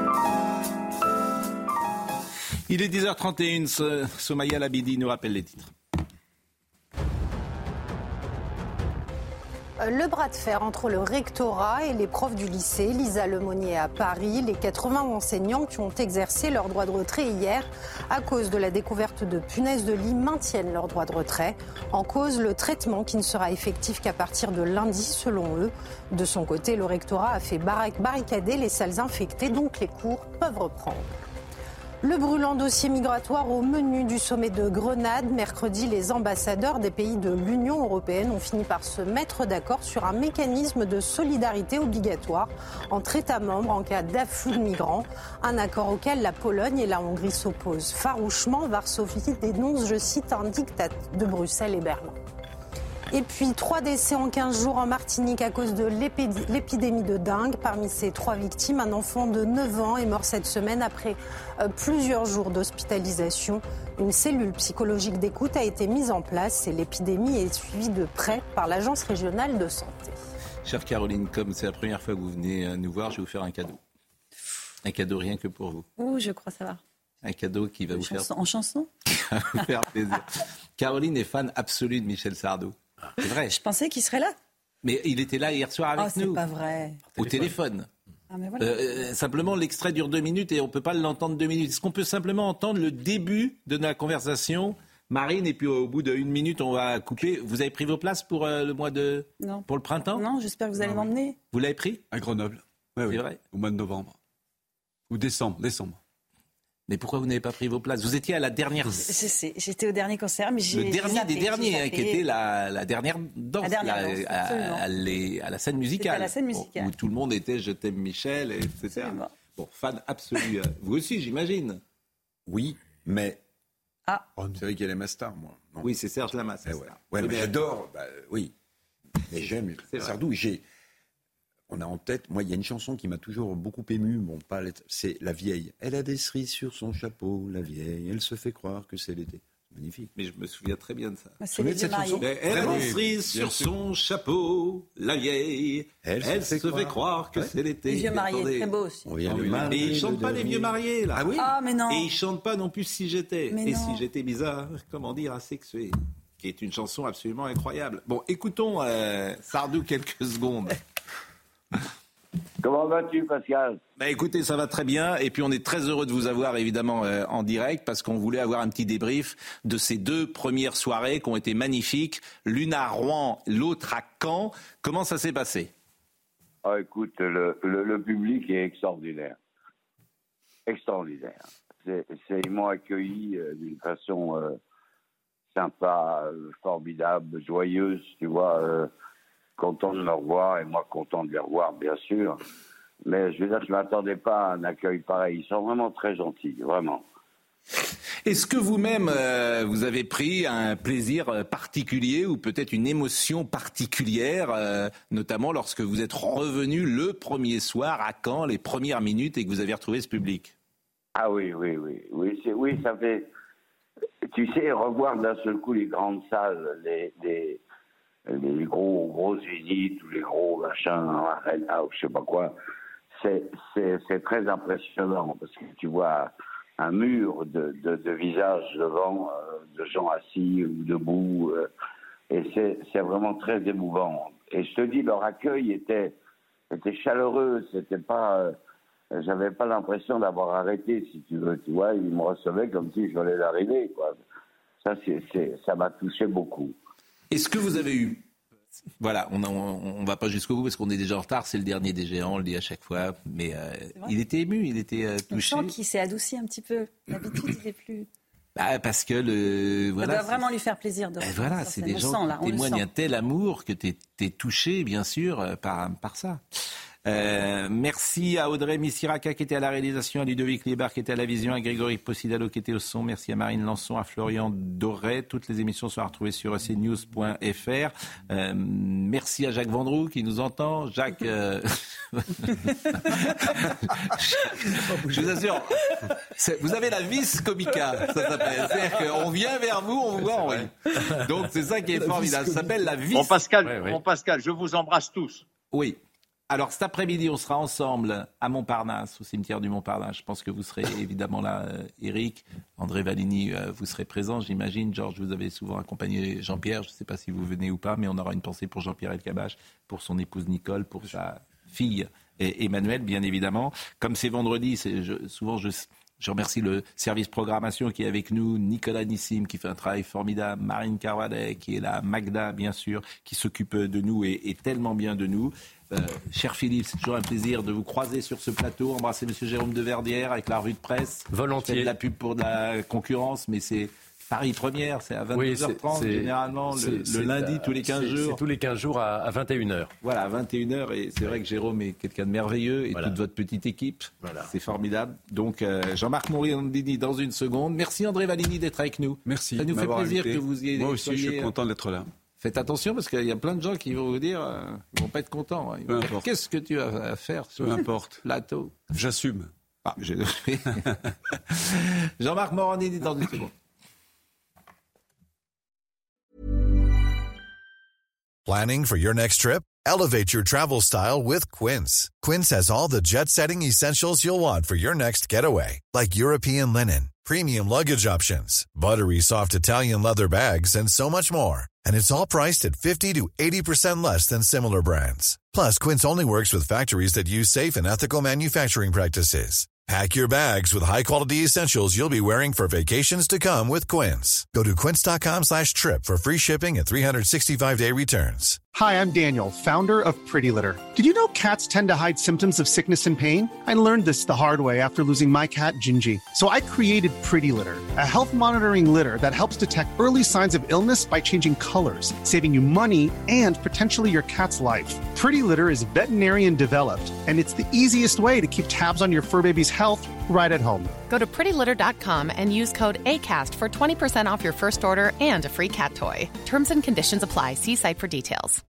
Il est dix heures trente et une, Somaya Labidi nous rappelle les titres. Le bras de fer entre le rectorat et les profs du lycée, Lisa Lemonnier à Paris, les quatre-vingts enseignants qui ont exercé leur droit de retrait hier à cause de la découverte de punaises de lit maintiennent leur droit de retrait. En cause, le traitement qui ne sera effectif qu'à partir de lundi selon eux. De son côté, le rectorat a fait barricader les salles infectées, donc les cours peuvent reprendre. Le brûlant dossier migratoire au menu du sommet de Grenade. Mercredi, les ambassadeurs des pays de l'Union européenne ont fini par se mettre d'accord sur un mécanisme de solidarité obligatoire entre États membres en cas d'afflux de migrants. Un accord auquel la Pologne et la Hongrie s'opposent farouchement. Varsovie dénonce, je cite, un diktat de Bruxelles et Berlin. Et puis, trois décès en quinze jours en Martinique à cause de l'épidémie de dengue. Parmi ces trois victimes, un enfant de neuf ans est mort cette semaine après plusieurs jours d'hospitalisation. Une cellule psychologique d'écoute a été mise en place et l'épidémie est suivie de près par l'Agence régionale de santé. Chère Caroline, comme c'est la première fois que vous venez nous voir, je vais vous faire un cadeau. Un cadeau rien que pour vous. Ouh, je crois savoir. Un cadeau qui va en vous chanson, faire... En chanson Qui va vous faire plaisir. Caroline est fan absolue de Michel Sardou. C'est vrai. Je pensais qu'il serait là. Mais il était là hier soir avec oh, c'est nous. Pas vrai. Au téléphone. Ah, mais voilà. euh, simplement, l'extrait dure deux minutes et on ne peut pas l'entendre deux minutes. Est-ce qu'on peut simplement entendre le début de la conversation, Marine, et puis au bout d'une minute, on va couper. Vous avez pris vos places pour euh, le mois de... Non. Pour le printemps ? Non, j'espère que vous allez non, m'emmener. Vous l'avez pris ? À Grenoble. Ouais, c'est oui. vrai. Au mois de novembre. Ou décembre. Décembre. Mais pourquoi vous n'avez pas pris vos places? Vous étiez à la dernière... Je sais, j'étais au dernier concert, mais j'ai... Le dernier zappé, des derniers, hein, qui était la, la dernière danse, la dernière danse la, à, à, les, à la scène musicale. À la scène musicale. Où, où tout le monde était « Je t'aime Michel », et cetera. Absolument. Bon, fan absolu. Vous aussi, j'imagine. Oui, mais... Ah. C'est vrai qu'il y a les stars, moi. Non. Oui, c'est Serge Lama. Eh ouais, ouais, mais j'adore, bah, oui. Mais j'aime Sardou. J'ai... On a en tête, moi, il y a une chanson qui m'a toujours beaucoup ému, bon, pas c'est La Vieille. Elle a des cerises sur son chapeau, la vieille, elle se fait croire que c'est l'été. Magnifique. Mais je me souviens très bien de ça. Bah, c'est de cette chanson. Elle a des cerises sur son chapeau, la vieille, elle, elle se, fait, se fait croire que ouais. c'est l'été. Les vieux mariés, très beau aussi. On vient le et ils chantent pas les vieux mariés, là. Ah oui. Ah, mais non. Et ils chantent pas non plus Si j'étais. Mais et non. Si j'étais bizarre, comment dire, asexué. Qui est une chanson absolument incroyable. Bon, écoutons euh, Sardou quelques secondes. Comment vas-tu, Pascal? Bah écoutez, ça va très bien. Et puis on est très heureux de vous avoir évidemment euh, en direct parce qu'on voulait avoir un petit débrief de ces deux premières soirées qui ont été magnifiques. L'une à Rouen, l'autre à Caen. Comment ça s'est passé? Oh, écoute, le, le, le public est extraordinaire. Extraordinaire. C'est, c'est, ils m'ont accueilli euh, d'une façon euh, sympa, euh, formidable, joyeuse, tu vois. Euh, content de me revoir, et moi content de les revoir, bien sûr. Mais je veux dire, je ne m'attendais pas à un accueil pareil. Ils sont vraiment très gentils, vraiment. Est-ce que vous-même, euh, vous avez pris un plaisir particulier ou peut-être une émotion particulière, euh, notamment lorsque vous êtes revenu le premier soir à Caen, les premières minutes, et que vous avez retrouvé ce public? Ah oui, oui, oui. Oui, c'est, oui ça fait... Tu sais, revoir d'un seul coup les grandes salles, les... les... les gros gros zéniths ou les gros machins, arena ou je sais pas quoi, c'est, c'est, c'est très impressionnant parce que tu vois un mur de, de, de visages devant, euh, de gens assis ou debout, euh, et c'est, c'est vraiment très émouvant. Et je te dis, leur accueil était, était chaleureux, c'était pas, euh, j'avais pas l'impression d'avoir arrêté, si tu veux, tu vois, ils me recevaient comme si je venais d'arriver, quoi. Ça, c'est, c'est, ça m'a touché beaucoup. Est-ce que vous avez eu... Voilà, on ne va pas jusqu'au bout parce qu'on est déjà en retard, c'est le dernier des géants, on le dit à chaque fois, mais euh, il était ému, il était euh, touché. On sent qu'il s'est adouci un petit peu, d'habitude il est plus... Bah, parce que le... Voilà, ça doit vraiment lui faire plaisir de... Et voilà, c'est des gens là, qui témoignent un tel amour que tu es touché, bien sûr, par, par ça. Euh, merci à Audrey Missiraka qui était à la réalisation, à Ludovic Liébar qui était à la vision, à Grégory Possidalo qui était au son. Merci à Marine Lançon, à Florian Doré. Toutes les émissions sont à retrouver sur e c news point f r. Euh, merci à Jacques Vendroux qui nous entend. Jacques, euh... je vous assure, vous avez la vis comica, ça s'appelle. C'est-à-dire qu'on vient vers vous, on vous voit en rire. Donc c'est ça qui est formidable. Ça s'appelle la vis. Bon Pascal, ouais, ouais. bon Pascal, je vous embrasse tous. Oui. Alors cet après-midi, on sera ensemble à Montparnasse, au cimetière du Montparnasse. Je pense que vous serez évidemment là, euh, Éric. André Valigny, euh, vous serez présent, j'imagine. Georges, vous avez souvent accompagné Jean-Pierre. Je ne sais pas si vous venez ou pas, mais on aura une pensée pour Jean-Pierre Elkabbach, pour son épouse Nicole, pour sa fille et Emmanuel, bien évidemment. Comme c'est vendredi, c'est, je, souvent je... Je remercie le service programmation qui est avec nous, Nicolas Nissim qui fait un travail formidable, Marine Carvadet qui est là, Magda bien sûr, qui s'occupe de nous et, et tellement bien de nous. Euh, cher Philippe, c'est toujours un plaisir de vous croiser sur ce plateau. Embrassez Monsieur Jérôme Deverdière avec la revue de presse. Volontiers. Je fais de la pub pour de la concurrence, mais c'est Paris Première, c'est à vingt-deux heures trente oui, généralement, le, c'est, c'est, le lundi c'est, tous les quinze c'est, jours. C'est tous les quinze jours à, à vingt et une heures. Voilà, à vingt et une heures, et c'est vrai que Jérôme est quelqu'un de merveilleux, et voilà. Toute votre petite équipe, voilà. C'est formidable. Donc euh, Jean-Marc Morandini dans une seconde. Merci André Valigny d'être avec nous. Merci. Ça nous fait plaisir invité. Que vous y ayez. Moi aussi, je suis content d'être là. Faites attention parce qu'il y a plein de gens qui vont vous dire, euh, ils vont pas être contents. Ils vont dire, qu'est-ce que tu vas faire sur Peu importe. Le plateau? J'assume. Ah, j'ai... Jean-Marc Morandini dans une seconde. Planning for your next trip? Elevate your travel style with Quince. Quince has all the jet-setting essentials you'll want for your next getaway, like European linen, premium luggage options, buttery soft Italian leather bags, and so much more. And it's all priced at fifty to eighty percent less than similar brands. Plus, Quince only works with factories that use safe and ethical manufacturing practices. Pack your bags with high-quality essentials you'll be wearing for vacations to come with Quince. Go to quince.com slash trip for free shipping and three sixty-five day returns. Hi, I'm Daniel, founder of Pretty Litter. Did you know cats tend to hide symptoms of sickness and pain? I learned this the hard way after losing my cat, Gingy. So I created Pretty Litter, a health monitoring litter that helps detect early signs of illness by changing colors, saving you money and potentially your cat's life. Pretty Litter is veterinarian developed, and it's the easiest way to keep tabs on your fur baby's health right at home. Go to pretty litter dot com and use code ACAST for twenty percent off your first order and a free cat toy. Terms and conditions apply. See site for details.